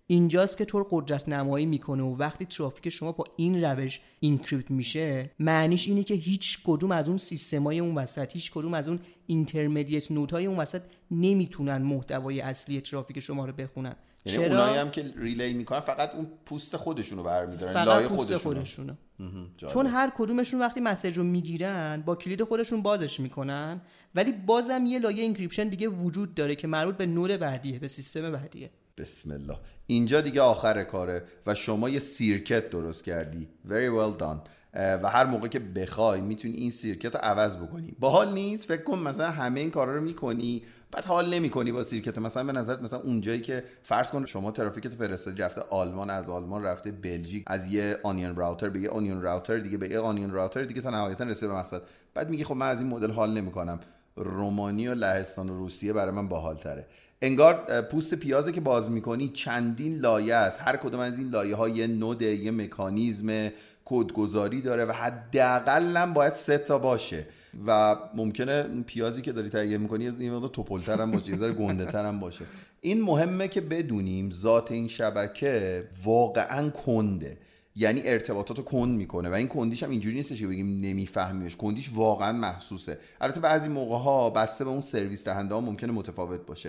اینجاست که تور قدرت نمایی میکنه و وقتی ترافیک شما با این روش اینکریپت میشه، معنیش اینه که هیچ کدوم از اون سیستمای اون وسط، هیچ کدوم از اون اینترمدیت نودهای اون وسط نمیتونن محتوای اصلی ترافیک شما رو بخونن. یعنی اونایی هم که ریلی میکنن فقط اون پوست خودشونو برمی‌دارن، لایه خودشونو, خودشونو. چون هر کدومشون وقتی مسیج رو میگیرن با کلید خودشون بازش میکنن، ولی بازم یه لایه اینکریپشن دیگه وجود داره که مربوط به نود بعدیه، به سیستم بعدیه. بسم الله. اینجا دیگه آخر کاره و شما یه سیرکت درست کردی. Very well done. و هر موقع که بخوای میتونی این سیرکت رو عوض بکنی. باحال نیست؟ فکر کن مثلا همه این کارا رو میکنی بعد حال نمیکنی با سیرکت. مثلا به نظرت مثلا اونجایی که فرض کن شما ترافیکت فرستادی رفته آلمان، از آلمان رفته بلژیک، از یه آنیون راوتر به یه آنیون راوتر دیگه به یه آنیون راوتر دیگه تا نهایتا رسیده به مقصد، بعد میگی خب من از این مدل حال نمیکنم، رومانی و لهستان و روسیه برای من باحال تره. انگار پوست پیازه که باز میکنی چندین لایه است، هر کدوم از این لایه ها یه نود، یه مکانیزم کدگذاری داره و حداقل هم باید سه تا باشه و ممکنه پیازی که داری تهیه میکنی از این مقدار توپل‌تر هم باشه، یه ذره گنده‌تر هم باشه. این مهمه که بدونیم ذات این شبکه واقعا کنده، یعنی ارتباطاتو کند میکنه و این کندیش هم اینجوری نیستش که بگیم نمیفهمیمش، کندیش واقعا محسوسه. البته بعضی موقع ها بسته به اون سرویس دهنده ها ممکنه متفاوت باشه.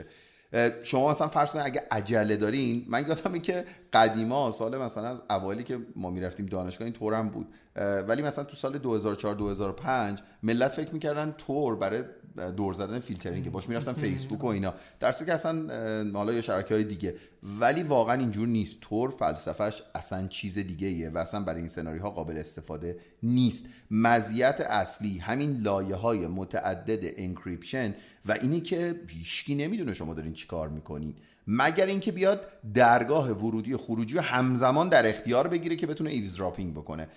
شما مثلا فرض کنید اگه عجله دارین، من یادمه که قدیما سال مثلا از اوایلی که ما میرفتیم دانشگاه این تور هم بود، ولی مثلا تو سال دو هزار و چهار دو هزار و پنج ملت فکر میکردن تور برای دور زدن فیلترینگ باش میرفتن فیسبوک و اینا، در صورتی که اصلا حالا یا شبکه‌های دیگه، ولی واقعا اینجور نیست. تور فلسفهش اصلا چیز دیگه ایه و اصلا برای این سناریوها قابل استفاده نیست. مزیت اصلی همین لایه‌های متعدد انکریپشن و اینی که هیچکی نمیدونه شما دارین چیکار میکنین، مگر اینکه بیاد درگاه ورودی و خروجی رو همزمان در اختیار بگیره که بتونه ایوزدراپینگ بکنه،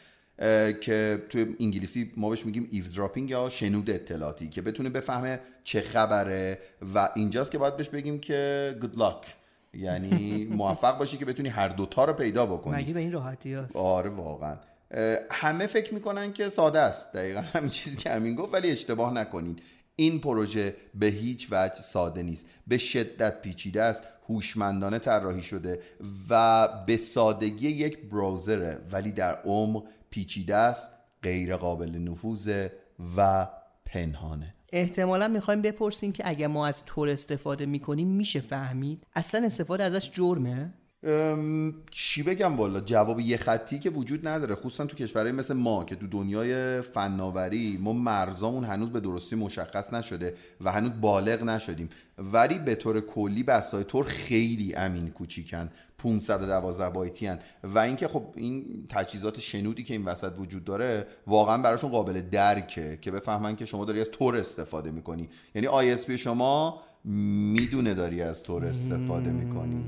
که تو انگلیسی ما بهش میگیم ایوزدراپینگ یا شنود اطلاعاتی، که بتونه بفهمه چه خبره و اینجاست که باید بهش بگیم که good luck، یعنی موفق باشی که بتونی هر دوتا رو پیدا بکنی. مگه به این راحتی هست؟ آره واقعا. همه فکر میکنن که ساده است، دقیقا همین چیزی که همین گفت، ولی اشتباه نکنین، این پروژه به هیچ وجه ساده نیست، به شدت پیچیده است، هوشمندانه طراحی شده و به سادگی یک براوزره، ولی در عمق پیچیده است، غیر قابل نفوذه و پنهانه. احتمالا میخوایم بپرسیم که اگه ما از تور استفاده میکنیم میشه فهمید اصلا استفاده ازش جرمه؟ چی بگم والا، جواب یه خطی که وجود نداره، خصوصا تو کشورهای مثل ما که تو دنیای فناوری ما مرزامون هنوز به درستی مشخص نشده و هنوز بالغ نشدیم، ولی به طور کلی بستای تور خیلی امین کوچیکن، پانصد و دوازده بایتی هن و اینکه خب این تجهیزات شنودی که این وسط وجود داره واقعا براشون قابل درکه که بفهمن که شما داری از تور استفاده میکنی، یعنی آی اس پی شما میدونه داری از تور استفاده میکنی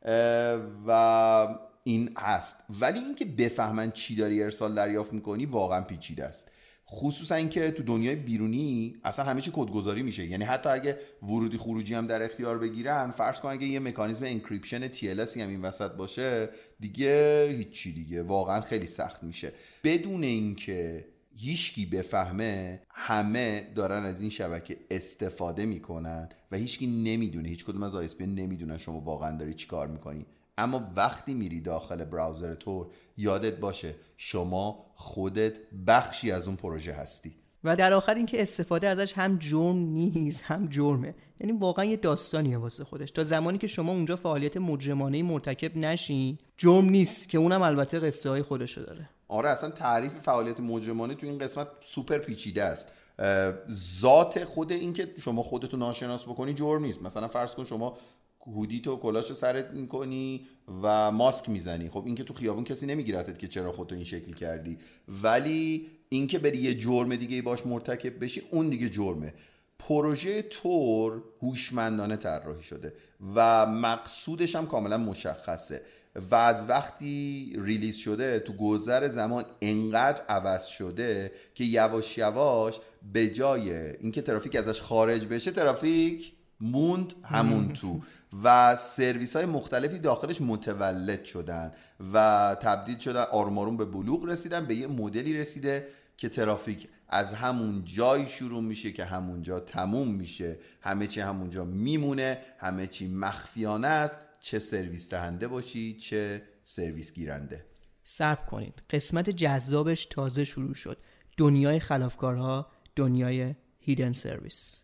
و این هست. ولی اینکه بفهمن چی داری ارسال دریافت میکنی واقعا پیچیده است، خصوصا اینکه تو دنیای بیرونی اصلا همه چی کدگذاری میشه، یعنی حتی اگه ورودی خروجی هم در اختیار بگیرن، فرض کن اگه یه مکانیزم انکریپشن تی ال اس هم این وسط باشه، دیگه هیچی، دیگه واقعا خیلی سخت میشه. بدون اینکه هیچکی بفهمه همه دارن از این شبکه استفاده میکنن و هیچکی نمیدونه، هیچ کدوم از آی اس پی نمیدونن شما واقعا داری چی کار میکنی. اما وقتی میری داخل براوزر تور یادت باشه شما خودت بخشی از اون پروژه هستی. و در آخر اینکه استفاده ازش هم جرم نیست هم جرمه، یعنی واقعا یه داستانیه واسه خودش. تا زمانی که شما اونجا فعالیت مجرمانه مرتکب نشین جرم نیست، که اونم البته قصه های خودشو داره. آره اصلا تعریف فعالیت مجرمانه تو این قسمت سوپر پیچیده است. ذات خود این که شما خودتو ناشناس بکنی جرم نیست. مثلا فرض کن شما هودی تو کلاشو سرت میکنی و ماسک میزنی، خب این که تو خیابون کسی نمیگیرتت که چرا خودتو این شکلی کردی، ولی این که بری یه جرم دیگه باش مرتکب بشی اون دیگه جرمه. پروژه تور هوشمندانه طراحی شده و مقصودش هم کاملا مشخصه و از وقتی ریلیز شده تو گذر زمان انقدر عوض شده که یواش یواش به جای اینکه ترافیک ازش خارج بشه، ترافیک موند همون تو و سرویس های مختلفی داخلش متولد شدن و تبدیل شدن، آروم آروم به بلوغ رسیدن، به یه مدلی رسیده که ترافیک از همون جای شروع میشه که همونجا تموم میشه، همه چی همونجا میمونه، همه چی مخفیانه است، چه سرویس دهنده باشی چه سرویس گیرنده. صبر کنید، قسمت جذابش تازه شروع شد. دنیای خلافکارها، دنیای هیدن سرویس.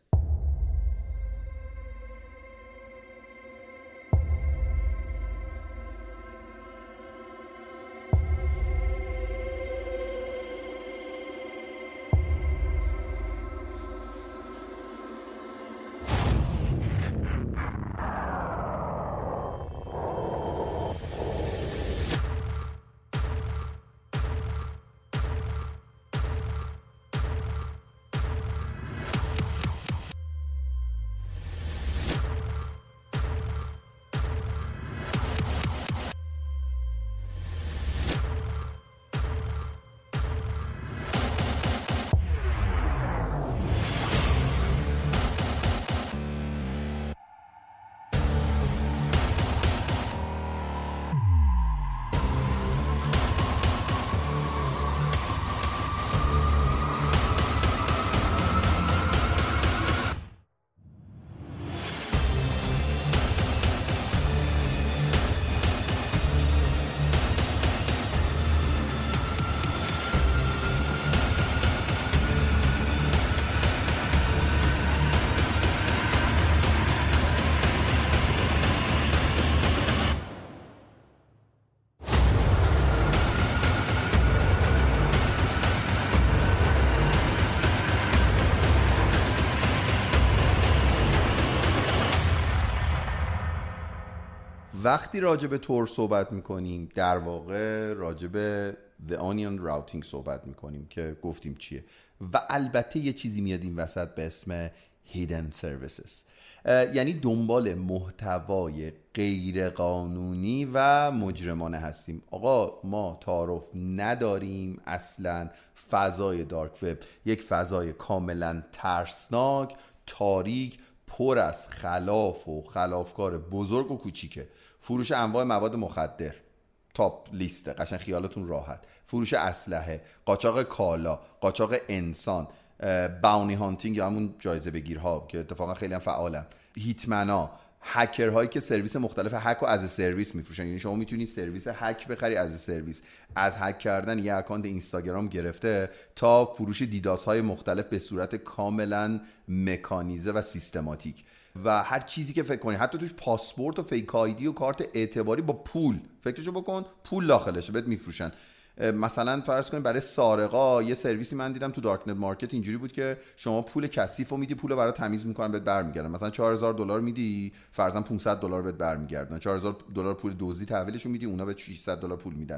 وقتی راجع به تور صحبت میکنیم در واقع راجع به The Onion Routing صحبت میکنیم که گفتیم چیه و البته یه چیزی میاد این وسط به اسم Hidden Services، یعنی دنبال محتوای غیر قانونی و مجرمانه هستیم. آقا ما تعارف نداریم اصلا، فضای دارک وب یک فضای کاملا ترسناک، تاریک، پر از خلاف و خلافکار بزرگ و کوچیکه. فروش انواع مواد مخدر تاپ لیسته، قشنگ خیالتون راحت. فروش اسلحه، قاچاق کالا، قاچاق انسان، باونی هانتینگ یا همون جایزه بگیرها که اتفاقا خیلی هم فعالن، هیتمنا، هکرهایی که سرویس مختلف هک و از سرویس میفروشن. یعنی شما میتونی سرویس هک بخری از سرویس، از هک کردن یه اکانت اینستاگرام گرفته تا فروش دیداس های مختلف به صورت کاملا مکانیزه و سیستماتیک و هر چیزی که فکر کنی، حتی توش پاسپورت و فیک آیدی و کارت اعتباری با پول، فکرشو بکن پول داخلشه بهت میفروشن. مثلا فرض کنید برای سارقا یه سرویسی من دیدم تو دارک نت مارکت اینجوری بود که شما پول کثیفو میدی، پولو برات تمیز میکنن بهت برمیگردن. مثلا چهار هزار دلار میدی، فرضاً پانصد دلار بهت برمیگردن. چهار هزار دلار پول دزدی تحویلشون میدی، اونا به ششصد دلار پول میدن.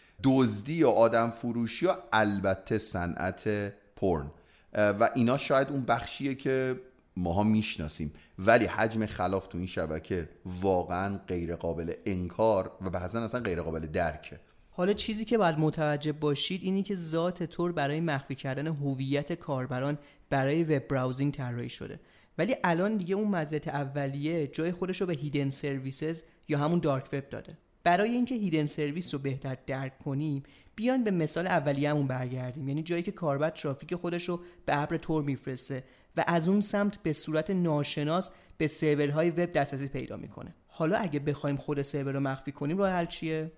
دزدی و آدم فروشی و البته صنعت پورن و اینا شاید اون بخشیه که ماها میشناسیم، ولی حجم خلاف تو این شبکه واقعا غیر قابل انکار و بعضا اصلا غیر قابل درکه. حالا چیزی که باید متوجه باشید اینی که ذات تور برای مخفی کردن هویت کاربران برای وب براوزینگ طراحی شده، ولی الان دیگه اون مزیت اولیه جای خودش رو به هیدن سرویسز یا همون دارک وب داده. برای اینکه هیدن سرویس رو بهتر درک کنیم بیان به مثال اولیه‌مون برگردیم، یعنی جایی که کاربر ترافیک خودش رو به ابر تور میفرسته و از اون سمت به صورت ناشناس به سرورهای وب دسترسی پیدا میکنه. حالا اگه بخوایم خود سرور رو مخفی کنیم راه حل چیه؟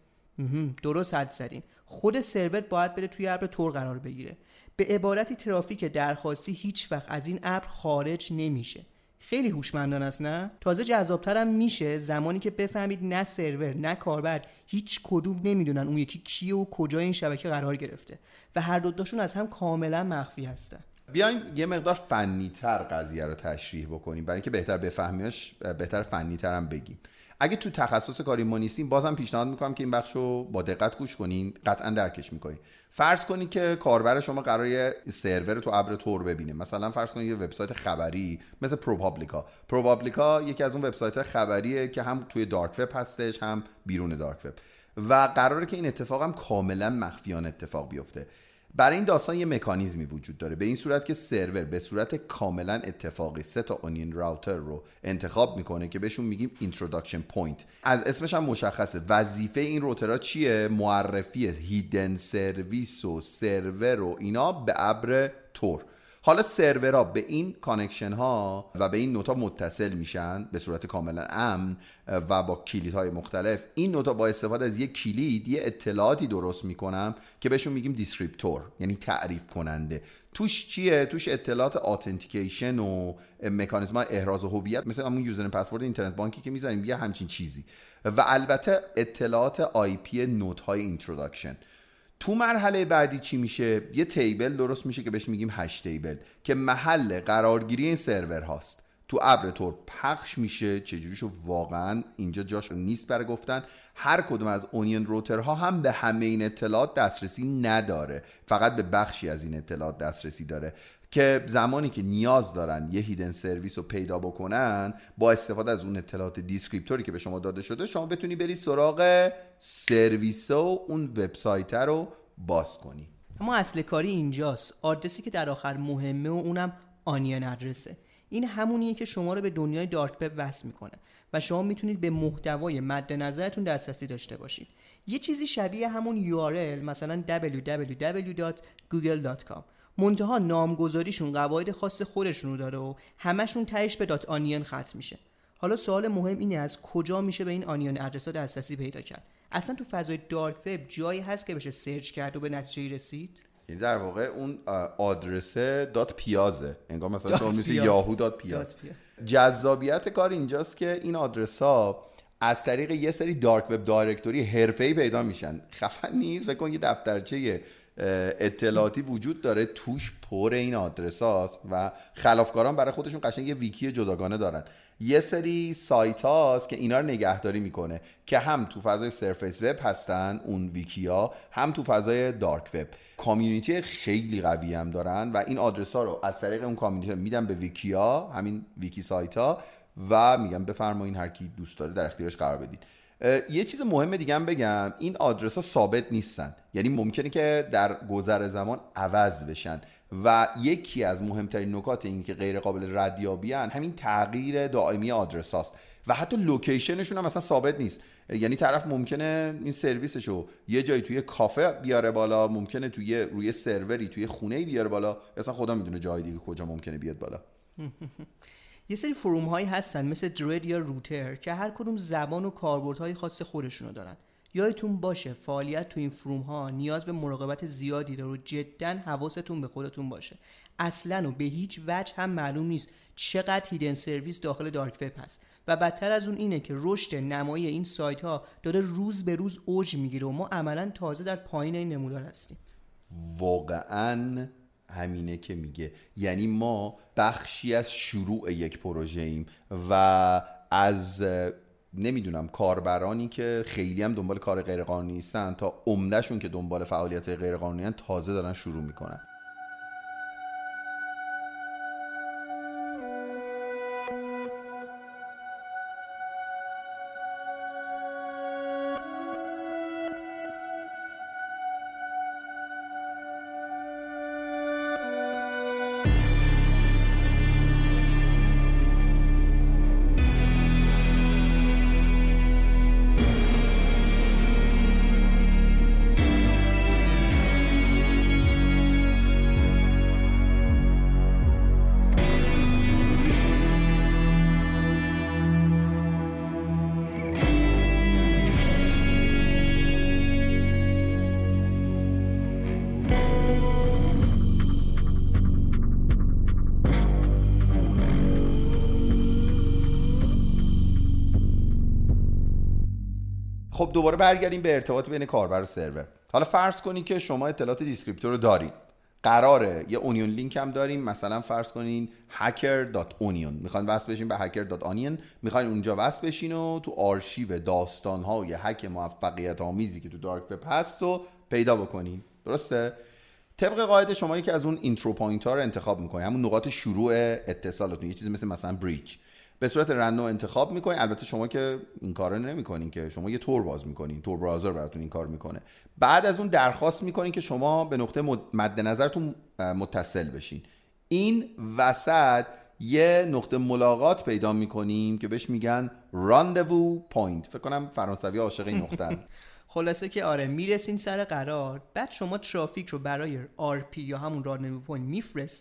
درست حد زدین. خود سرور باید بره توی ابر تور قرار بگیره. به عبارتی ترافیک درخواستی هیچ وقت از این ابر خارج نمیشه. خیلی هوشمندانه است نه؟ تازه جذاب‌ترم میشه زمانی که بفهمید نه سرور نه کاربر هیچ کدوم نمیدونن اون یکی کیه و کجای این شبکه قرار گرفته و هر دو تاشون از هم کاملا مخفی هستن. بیاین یه مقدار فنی‌تر قضیه رو تشریح بکنیم برای اینکه بهتر بفهمیمش، بهتر فنی‌تر هم بگیم. اگه تو تخصص کاری ما نیستیم بازم پیشنهاد میکنم که این بخش رو با دقت گوش کنین، قطعا درکش میکنین. فرض کنید که کاربر شما قراره سرور تو ابر تور ببینه، مثلا فرض کنید یه وبسایت خبری مثل پروپابلیکا. پروپابلیکا یکی از اون وبسایت‌های خبریه که هم توی دارک وب هستش هم بیرون دارک وب و قراره که این اتفاق هم کاملا مخفیانه اتفاق بیفته. برای این داستان یه مکانیزمی وجود داره، به این صورت که سرور به صورت کاملا اتفاقی سه تا اونین راوتر رو انتخاب میکنه که بهشون میگیم اینتروداکشن پوینت. از اسمش هم مشخصه وظیفه این راوترها چیه؟ معرفی هیدن سرویس و سرور و اینا به ابر تور. حالا سرورها به این کانکشن ها و به این نوتا متصل میشن به صورت کاملا امن و با کلیدهای مختلف. این نوتا با استفاده از یک کلید یه اطلاعاتی درست میکنم که بهشون میگیم دیسکریپتور، یعنی تعریف کننده. توش چیه؟ توش اطلاعات اتنتیکیشن و مکانیزم‌های احراز هویت، مثل همون یوزر پسورد اینترنت بانکی که میذاریم، یه همچین چیزی، و البته اطلاعات آی پی نودهای اینتروداکشن. تو مرحله بعدی چی میشه؟ یه تیبل درست میشه که بهش میگیم هش تیبل که محل قرارگیری این سرور هاست. تو ابر تور پخش میشه. چجوریشو واقعا اینجا جاش نیست برای گفتن. هر کدوم از اونین روترها هم به همه این اطلاعات دسترسی نداره، فقط به بخشی از این اطلاعات دسترسی داره که زمانی که نیاز دارن یه هیدن سرویس رو پیدا بکنن، با استفاده از اون اطلاعات دیسکریپتوری که به شما داده شده، شما بتونی بری سراغ سرویس و اون وبسایت رو باز کنی. اما اصل کاری اینجاست. آدرسی که در آخر مهمه و اونم آنین ادرسه. این همونیه که شما رو به دنیای دارک وب وصل میکنه و شما میتونید به محتوای مد نظرتون دسترسی داشته باشید. یه چیزی شبیه همون یو آر ال، مثلا دبلیو دبلیو دبلیو دات گوگل دات کام، منتها نامگذاریشون قواعد خاص خودشونو داره و همشون تهش به دات آنین ختم میشه. حالا سوال مهم اینه از کجا میشه به این آنین ادرس‌ها دسترسی پیدا کرد؟ اصلا تو فضای دارک وب جایی هست که بشه سرچ کرد و به نتیجه رسید؟ یعنی در واقع اون آدرس دات پیازه، انگار مثلا شما میشه یاهو دات پیاز. جذابیت کار اینجاست که این آدرس ها از طریق یه سری دارک وب دایرکتوری حرفه‌ای پیدا میشن. خفن نیست؟ فکر کن یه دفترچه اطلاعاتی وجود داره، توش پر این آدرس هاست و خلافکاران برای خودشون قشنگ یه ویکی جداگانه دارن. یه سری سایت هاست که اینا رو نگهداری میکنه که هم تو فضای سرفیس وب هستن اون ویکی ها، هم تو فضای دارک وب. کامیونیتی خیلی قوی هم دارن و این آدرس ها رو از طریق اون کامیونیتی میدن به ویکی ها، همین ویکی سایت ها، و میگم بفرمایین هر کی دوست داره در اختیارش قرار بدید. یه چیز مهم دیگه هم بگم، این آدرس ها ثابت نیستن، یعنی ممکنه که در گذر زمان عوض بشن و یکی از مهمترین نکات این که غیر قابل ردیابی ان همین تغییر دائمی آدرس هاست و حتی لوکیشنشون هم مثلا ثابت نیست. یعنی طرف ممکنه این سرویسشو یه جایی توی کافه بیاره بالا، ممکنه توی روی سروری توی خونه‌ای بیاره بالا، اصلا خدا میدونه جای دیگه کجا ممکنه بیاد بالا. یه سری فروم هایی هستن مثل درید یا روتر که هر کدوم زبان و کاربردهای خاص خودشونو دارن. یادتون باشه فعالیت تو این فروم ها نیاز به مراقبت زیادی داره و جداً حواستون به خودتون باشه. اصلاً و به هیچ وجه هم معلوم نیست چقدر هیدن سرویس داخل دارک وب هست و بدتر از اون اینه که رشد نمایی این سایت ها داره روز به روز اوج میگیره و ما عملاً تازه در پایین این نمودار هستیم. واقعاً همینه که میگه، یعنی ما بخشی از شروع یک پروژه ایم و از نمیدونم کاربرانی که خیلی هم دنبال کار غیرقانونی نیستن تا عمدهشون که دنبال فعالیت غیرقانونی هستن تازه دارن شروع میکنن. خب دوباره برگردیم به ارتباط بین کاربر و سرور. حالا فرض کنین که شما اطلاعات دیسکریپتور رو دارین، قراره یه اونیون لینک هم داریم، مثلا فرض کنین هکر دات اونیون، میخواین وصل بشین به هکر دات اونیون، میخواین اونجا وصل بشین و تو آرشیو داستان‌ها و یه هک موفقیت آمیزی که تو دارک وب هست رو پیدا بکنین. درسته؟ طبق قاعده شما یکی از اون اینترو پوینت ها رو انتخاب میکنین، همون نقاط شروع اتصالتون، یه چیزی مثل مثلا بریج، به صورت رندوم انتخاب میکنین. البته شما که این کارو نمیکنین، که شما یه تور باز میکنین، تور براوزر براتون این کار میکنه. بعد از اون درخواست میکنین که شما به نقطه مد نظرتون متصل بشین. این وسط یه نقطه ملاقات پیدا میکنیم که بهش میگن راندوو پوینت. فکر کنم فرانسوی عاشق این نقطه‌ن. خلاصه که آره میرسین سر قرار، بعد شما ترافیک رو برای آر پی یا همون راندوو پوینت میفرستین،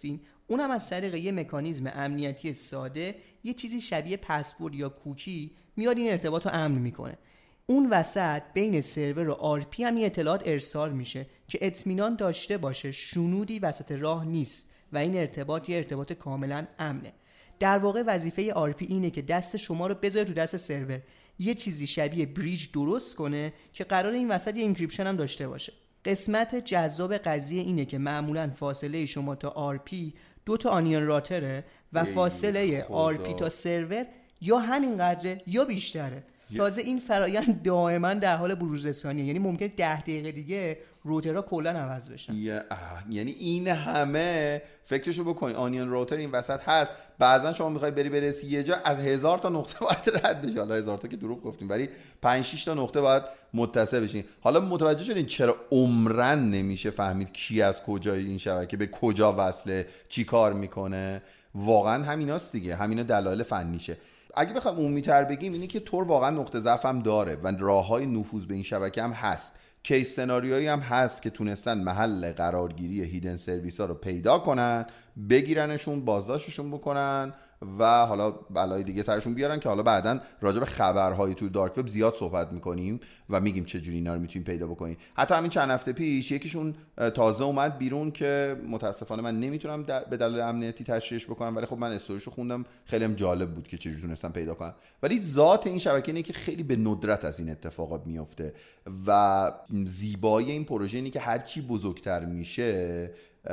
اونم از طریق یه مکانیزم امنیتی ساده، یه چیزی شبیه پسورد یا کوکی میاد این ارتباط رو امن میکنه. اون وسط بین سرور و آر پی هم یه اطلاعات ارسال میشه که اطمینان داشته باشه شنودی وسط راه نیست و این ارتباط یه ارتباط کاملا امنه. در واقع وظیفه آر پی اینه که دست شما رو بذاره تو دست سرور، یه چیزی شبیه بریج درست کنه که قرار این وسط یه انکریپشن هم داشته باشه. قسمت جذاب قضیه اینه که معمولا فاصله شما تا آر پی دو تا آنیون راتره و فاصله آر پی تا سرور یا همین قدره یا بیشتره. تازه این فرایند دائما در حال بروزرسانیه، یعنی ممکنه ده دقیقه دیگه روترها کلا عوض بشن. یعنی این همه فکرشو بکنی آنیون روتر این وسط هست، بعضا شما میخوای بری برسی یه جا از هزار تا نقطه باید رد بشی. حالا هزار تا که دروغ گفتیم، ولی پنج شش تا نقطه باید متصل بشین. حالا متوجه شدین چرا عمرن نمیشه فهمید کی از کجای این شبکه به کجا وصله، چی کار میکنه؟ واقعا همیناست دیگه، همینا دلایل فنیشه. اگه بخوام عمومی‌تر بگیم اینه که تور واقعا نقطه ضعف هم داره و راه‌های نفوذ به این شبکه هم هست. کیس سناریویی هم هست که تونستن محل قرارگیری هیدن سرویس ها رو پیدا کنن، بگیرنشون، بازداشتشون بکنن و حالا بلای دیگه سرشون بیارن که حالا بعداً راجع به خبرهای تو دارک وب زیاد صحبت میکنیم و میگیم چه جوری اینا رو میتونیم پیدا بکنیم. حتی همین چند هفته پیش یکیشون تازه اومد بیرون که متاسفانه من نمیتونم به دلیل امنیتی تشریحش بکنم، ولی خب من استوریشو خوندم، خیلی هم جالب بود که چجوری تونستم پیدا کنم. ولی ذات این شبکه اینه که خیلی به ندرت از این اتفاقات میفته و زیبایی این پروژه اینه که هر چی بزرگتر میشه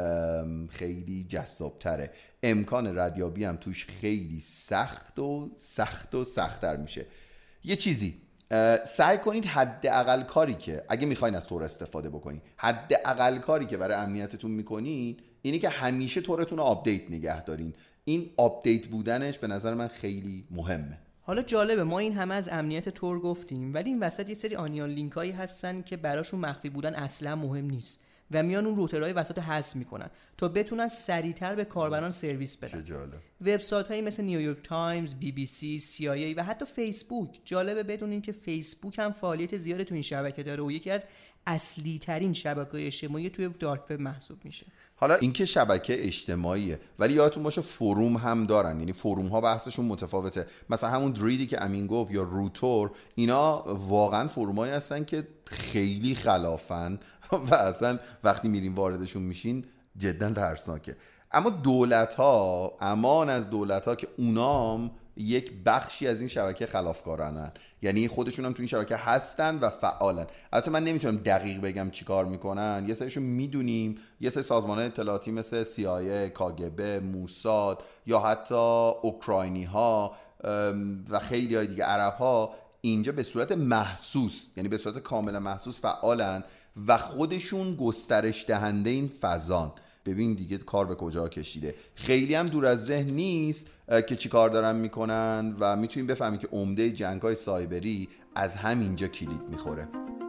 خیلی جذابتره. امکان ردیابی هم توش خیلی سخت و سخت و سخت‌تر میشه. یه چیزی سعی کنید حداقل کاری که اگه میخواین از تور استفاده بکنید، حداقل کاری که برای امنیتتون میکنین اینی که همیشه تورتون رو آپدیت نگه دارین. این آپدیت بودنش به نظر من خیلی مهمه. حالا جالبه ما این همه از امنیت تور گفتیم، ولی این وسط یه سری آنیون لینک هایی هستن که براشون مخفی بودن اصلا مهم نیست و میان اون روترهای وسط رو حذف میکنن تا بتونن سریعتر به کاربران سرویس بدن. چه جالب. وبسایت هایی مثل نیویورک تایمز، بی بی سی، سی آی ای و حتی فیسبوک. جالبه بدونین که فیسبوک هم فعالیت زیادی تو این شبکه داره و یکی از اصلی ترین شبکه‌های اجتماعی توی دارک وب محسوب میشه. حالا اینکه شبکه اجتماعیه ولی یادتون باشه فروم هم دارن، یعنی فروم ها بحثشون متفاوته. مثلا همون دریدی که امین گفت یا روتور، اینا واقعا فرومایی هستن که خیلی خلافن و اصلا وقتی میرین واردشون میشین جدا ترسناکه. اما دولت ها، امان از دولت ها که اونام یک بخشی از این شبکه خلافکارانن، یعنی خودشون هم تو این شبکه هستن و فعالن. البته من نمیتونم دقیق بگم چی کار میکنن، یه سریشون میدونیم، یه سری سازمان‌های اطلاعاتی مثل سی آی ای، کاگبه، موساد یا حتی اوکراینی ها و خیلی های دیگه عرب ها اینجا به صورت محسوس، یعنی به صورت کاملا محسوس فعالن و خودشون گسترش دهنده این فضان. ببین دیگه کار به کجا کشیده. خیلی هم دور از ذهن نیست که چی کار دارن میکنن و میتونیم بفهمیم که عمده جنگ‌های سایبری از همینجا کلید میخوره.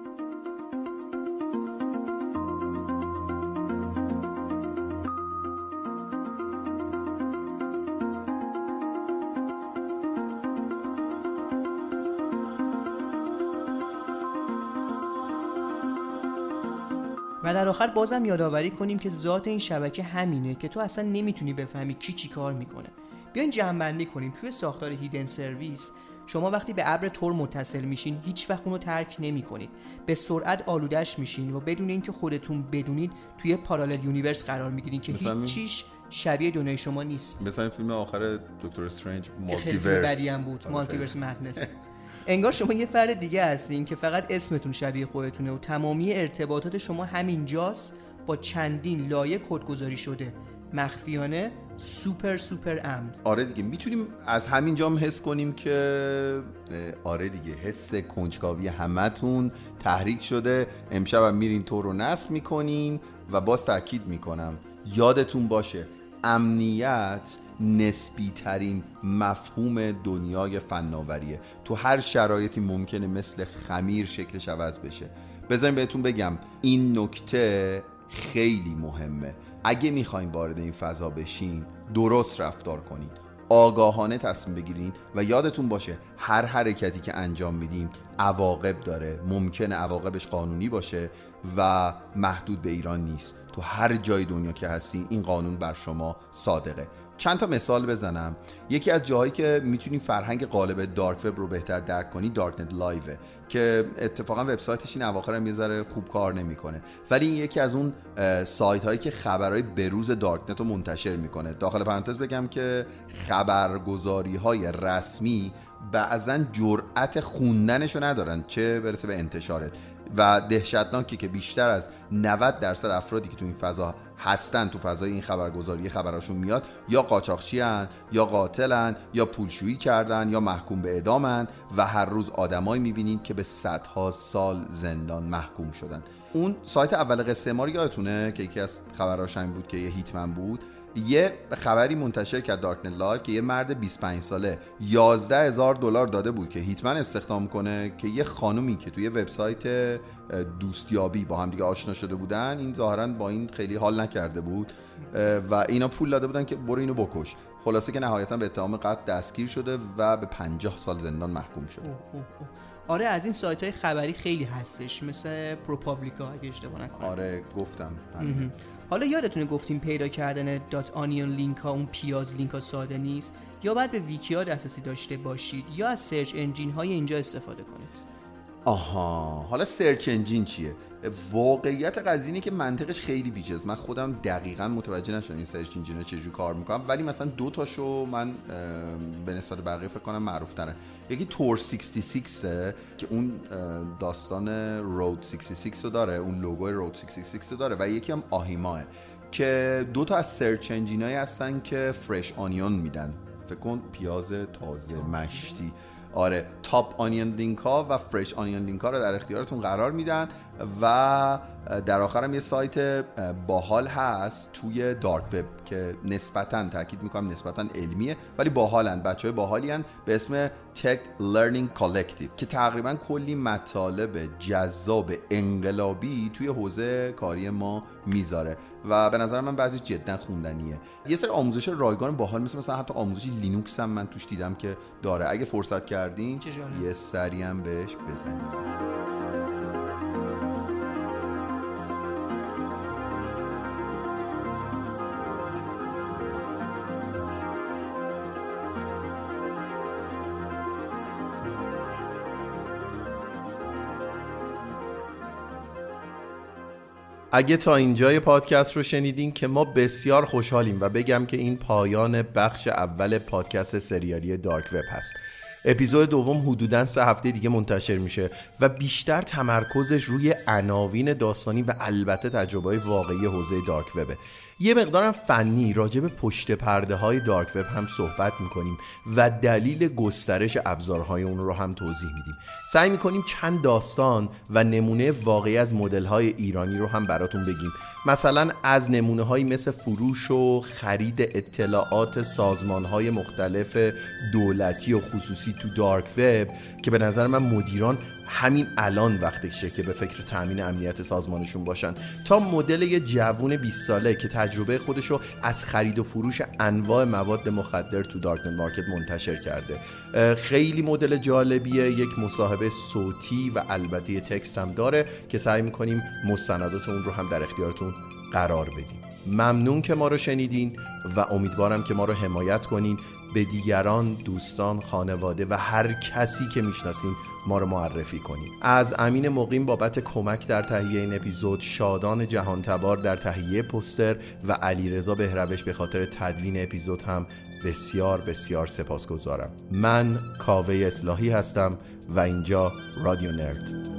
و در آخر بازم یادآوری کنیم که ذات این شبکه همینه که تو اصلا نمیتونی بفهمی کی چی کار میکنه. بیاین جمع‌بندی کنیم. توی ساختار هیدن سرویس شما وقتی به ابر تور متصل میشین هیچ وقت اونو ترک نمیکنید. به سرعت آلودش میشین و بدون اینکه خودتون بدونید توی پارالل یونیورس قرار میگیرین که هیچ چیش شبیه دنیای شما نیست. مثلا فیلم آخر دکتر استرنج مالتیورس بدی هم بود، مالتیورس مدنس. انگار شما یه فرد دیگه هستین که فقط اسمتون شبیه خودتونه و تمامی ارتباطات شما همینجاست با چندین لایه کدگذاری شده، مخفیانه، سوپر سوپر امن. آره دیگه میتونیم از همینجا هم حس کنیم که آره دیگه حس کنجکاوی همتون تحریک شده. امشب هم میرین تو رو نصب میکنین و باز تاکید میکنم یادتون باشه امنیت نسبی ترین مفهوم دنیای فناوریه. تو هر شرایطی ممکنه مثل خمیر شکلش عوض بشه. بذارین بهتون بگم این نکته خیلی مهمه. اگه میخواین وارد این فضا بشین درست رفتار کنین. آگاهانه تصمیم بگیرین و یادتون باشه هر حرکتی که انجام میدیم عواقب داره، ممکنه عواقبش قانونی باشه و محدود به ایران نیست. تو هر جای دنیا که هستین این قانون بر شما صادقه. چند تا مثال بزنم. یکی از جاهایی که میتونی فرهنگ قالب دارک وب رو بهتر درک کنی دارک نت لایوه که اتفاقا وبسایتش این اواخر هم یه ذره خوب کار نمیکنه، ولی این یکی از اون سایت هایی که خبرهای بروز دارک نت رو منتشر میکنه. داخل پرانتز بگم که خبرگزاری های رسمی بعضا جرأت خوندنشو ندارن چه برسه به انتشارت و دهشتناکه که بیشتر از نود درصد افرادی که تو این فضا هستن، تو فضای این خبرگزاری خبراشون میاد یا قاچاقچی ان یا قاتلن یا پولشویی کردن یا محکوم به اعدامن و هر روز آدمایی میبینید که به صدها سال زندان محکوم شدن. اون سایت اول قصه ما رو یادتونه که یکی از خبراش همین بود که یه هیتمن بود، یه خبری منتشر کرد دارک نت لایو که یه مرد بیست و پنج ساله یازده هزار دلار داده بود که هیتمن استخدام کنه که یه خانومی که توی وبسایت دوستیابی با هم دیگه آشنا شده بودن، این ظاهرا با این خیلی حال نکرده بود و اینا پول داده بودن که برو اینو بکش. خلاصه که نهایتا به اتهام قتل دستگیر شده و به پنجاه سال زندان محکوم شده. اوه اوه اوه. آره از این سایت های خبری خیلی هستش، مثل پروپابلیکا اگه اشتباه نکنم. آره گفتم. حالا یادتونه گفتیم پیدا کردن دات آنیون لینک ها اون پیاز لینک ها ساده نیست، یا باید به ویکی ها دسترسی داشته باشید یا از سرچ انجین های اینجا استفاده کنید. آها، حالا سرچ انجین چیه؟ واقعیت قضیه اینه که منطقش خیلی بیجاست. من خودم دقیقاً متوجه نشدم این سرچ انجینا چجوری کار میکنم، ولی مثلا دو تاشو من به نسبت بقیه فکر کنم معروف تره. یکی تور شصت و شش که اون داستان رود شصت و شش رو داره، اون لوگوی رود شصت و شش رو داره، و یکی هم آهیماه که دو تا از سرچ انجینایی هستن که فرش آنیون میدن. فکر کن پیاز تازه مشتی. آره، تاپ آنیون لینک ها و فرش آنیون لینک ها رو در اختیارتون قرار میدن و در آخر هم یه سایت باحال هست توی دارک وب که نسبتاً تاکید میکنم نسبتاً علمیه ولی باحالن، بچهای باحالی هن به اسم تک لرنینگ کالکتیو که تقریبا کلی مطالب جذاب انقلابی توی حوزه کاری ما میذاره و به نظر من بعضی جدا خوندنیه. یه سری آموزش رایگان باحال مثل مثلا حتی آموزش لینوکس هم من توش دیدم که داره. اگه فرصت کردین یه سری هم بهش بزنید. اگه تا اینجای پادکست رو شنیدین که ما بسیار خوشحالیم و بگم که این پایان بخش اول پادکست سریالی دارک وب هست. اپیزود دوم حدوداً سه هفته دیگه منتشر میشه و بیشتر تمرکزش روی عناوین داستانی و البته تجربه‌های واقعی حوزه دارک وبه. یه مقدارم فنی راجع به پشت پرده های دارک وب هم صحبت میکنیم و دلیل گسترش ابزارهای اون رو هم توضیح میدیم. سعی میکنیم چند داستان و نمونه واقعی از مدل های ایرانی رو هم براتون بگیم، مثلا از نمونه هایی مثل فروش و خرید اطلاعات سازمان های مختلف دولتی و خصوصی تو دارک وب که به نظر من مدیران همین الان وقتشه که به فکر تامین امنیت سازمانشون باشن، تا مدل یه جوون بیست ساله که تجربه خودشو از خرید و فروش انواع مواد مخدر تو دارک نت مارکت منتشر کرده. خیلی مدل جالبیه. یک مصاحبه صوتی و البته یه تکست هم داره که سعی میکنیم مستندات اون رو هم در اختیارتون قرار بدیم. ممنون که ما رو شنیدین و امیدوارم که ما رو حمایت کنین، به دیگران، دوستان، خانواده و هر کسی که میشناسین ما رو معرفی کنین. از امین مقیم بابت کمک در تهیه این اپیزود، شادان جهانتبار در تهیه پوستر و علیرضا بهروش به خاطر تدوین اپیزود هم بسیار بسیار سپاسگزارم. من کاوه اصلاحی هستم و اینجا رادیو نرد.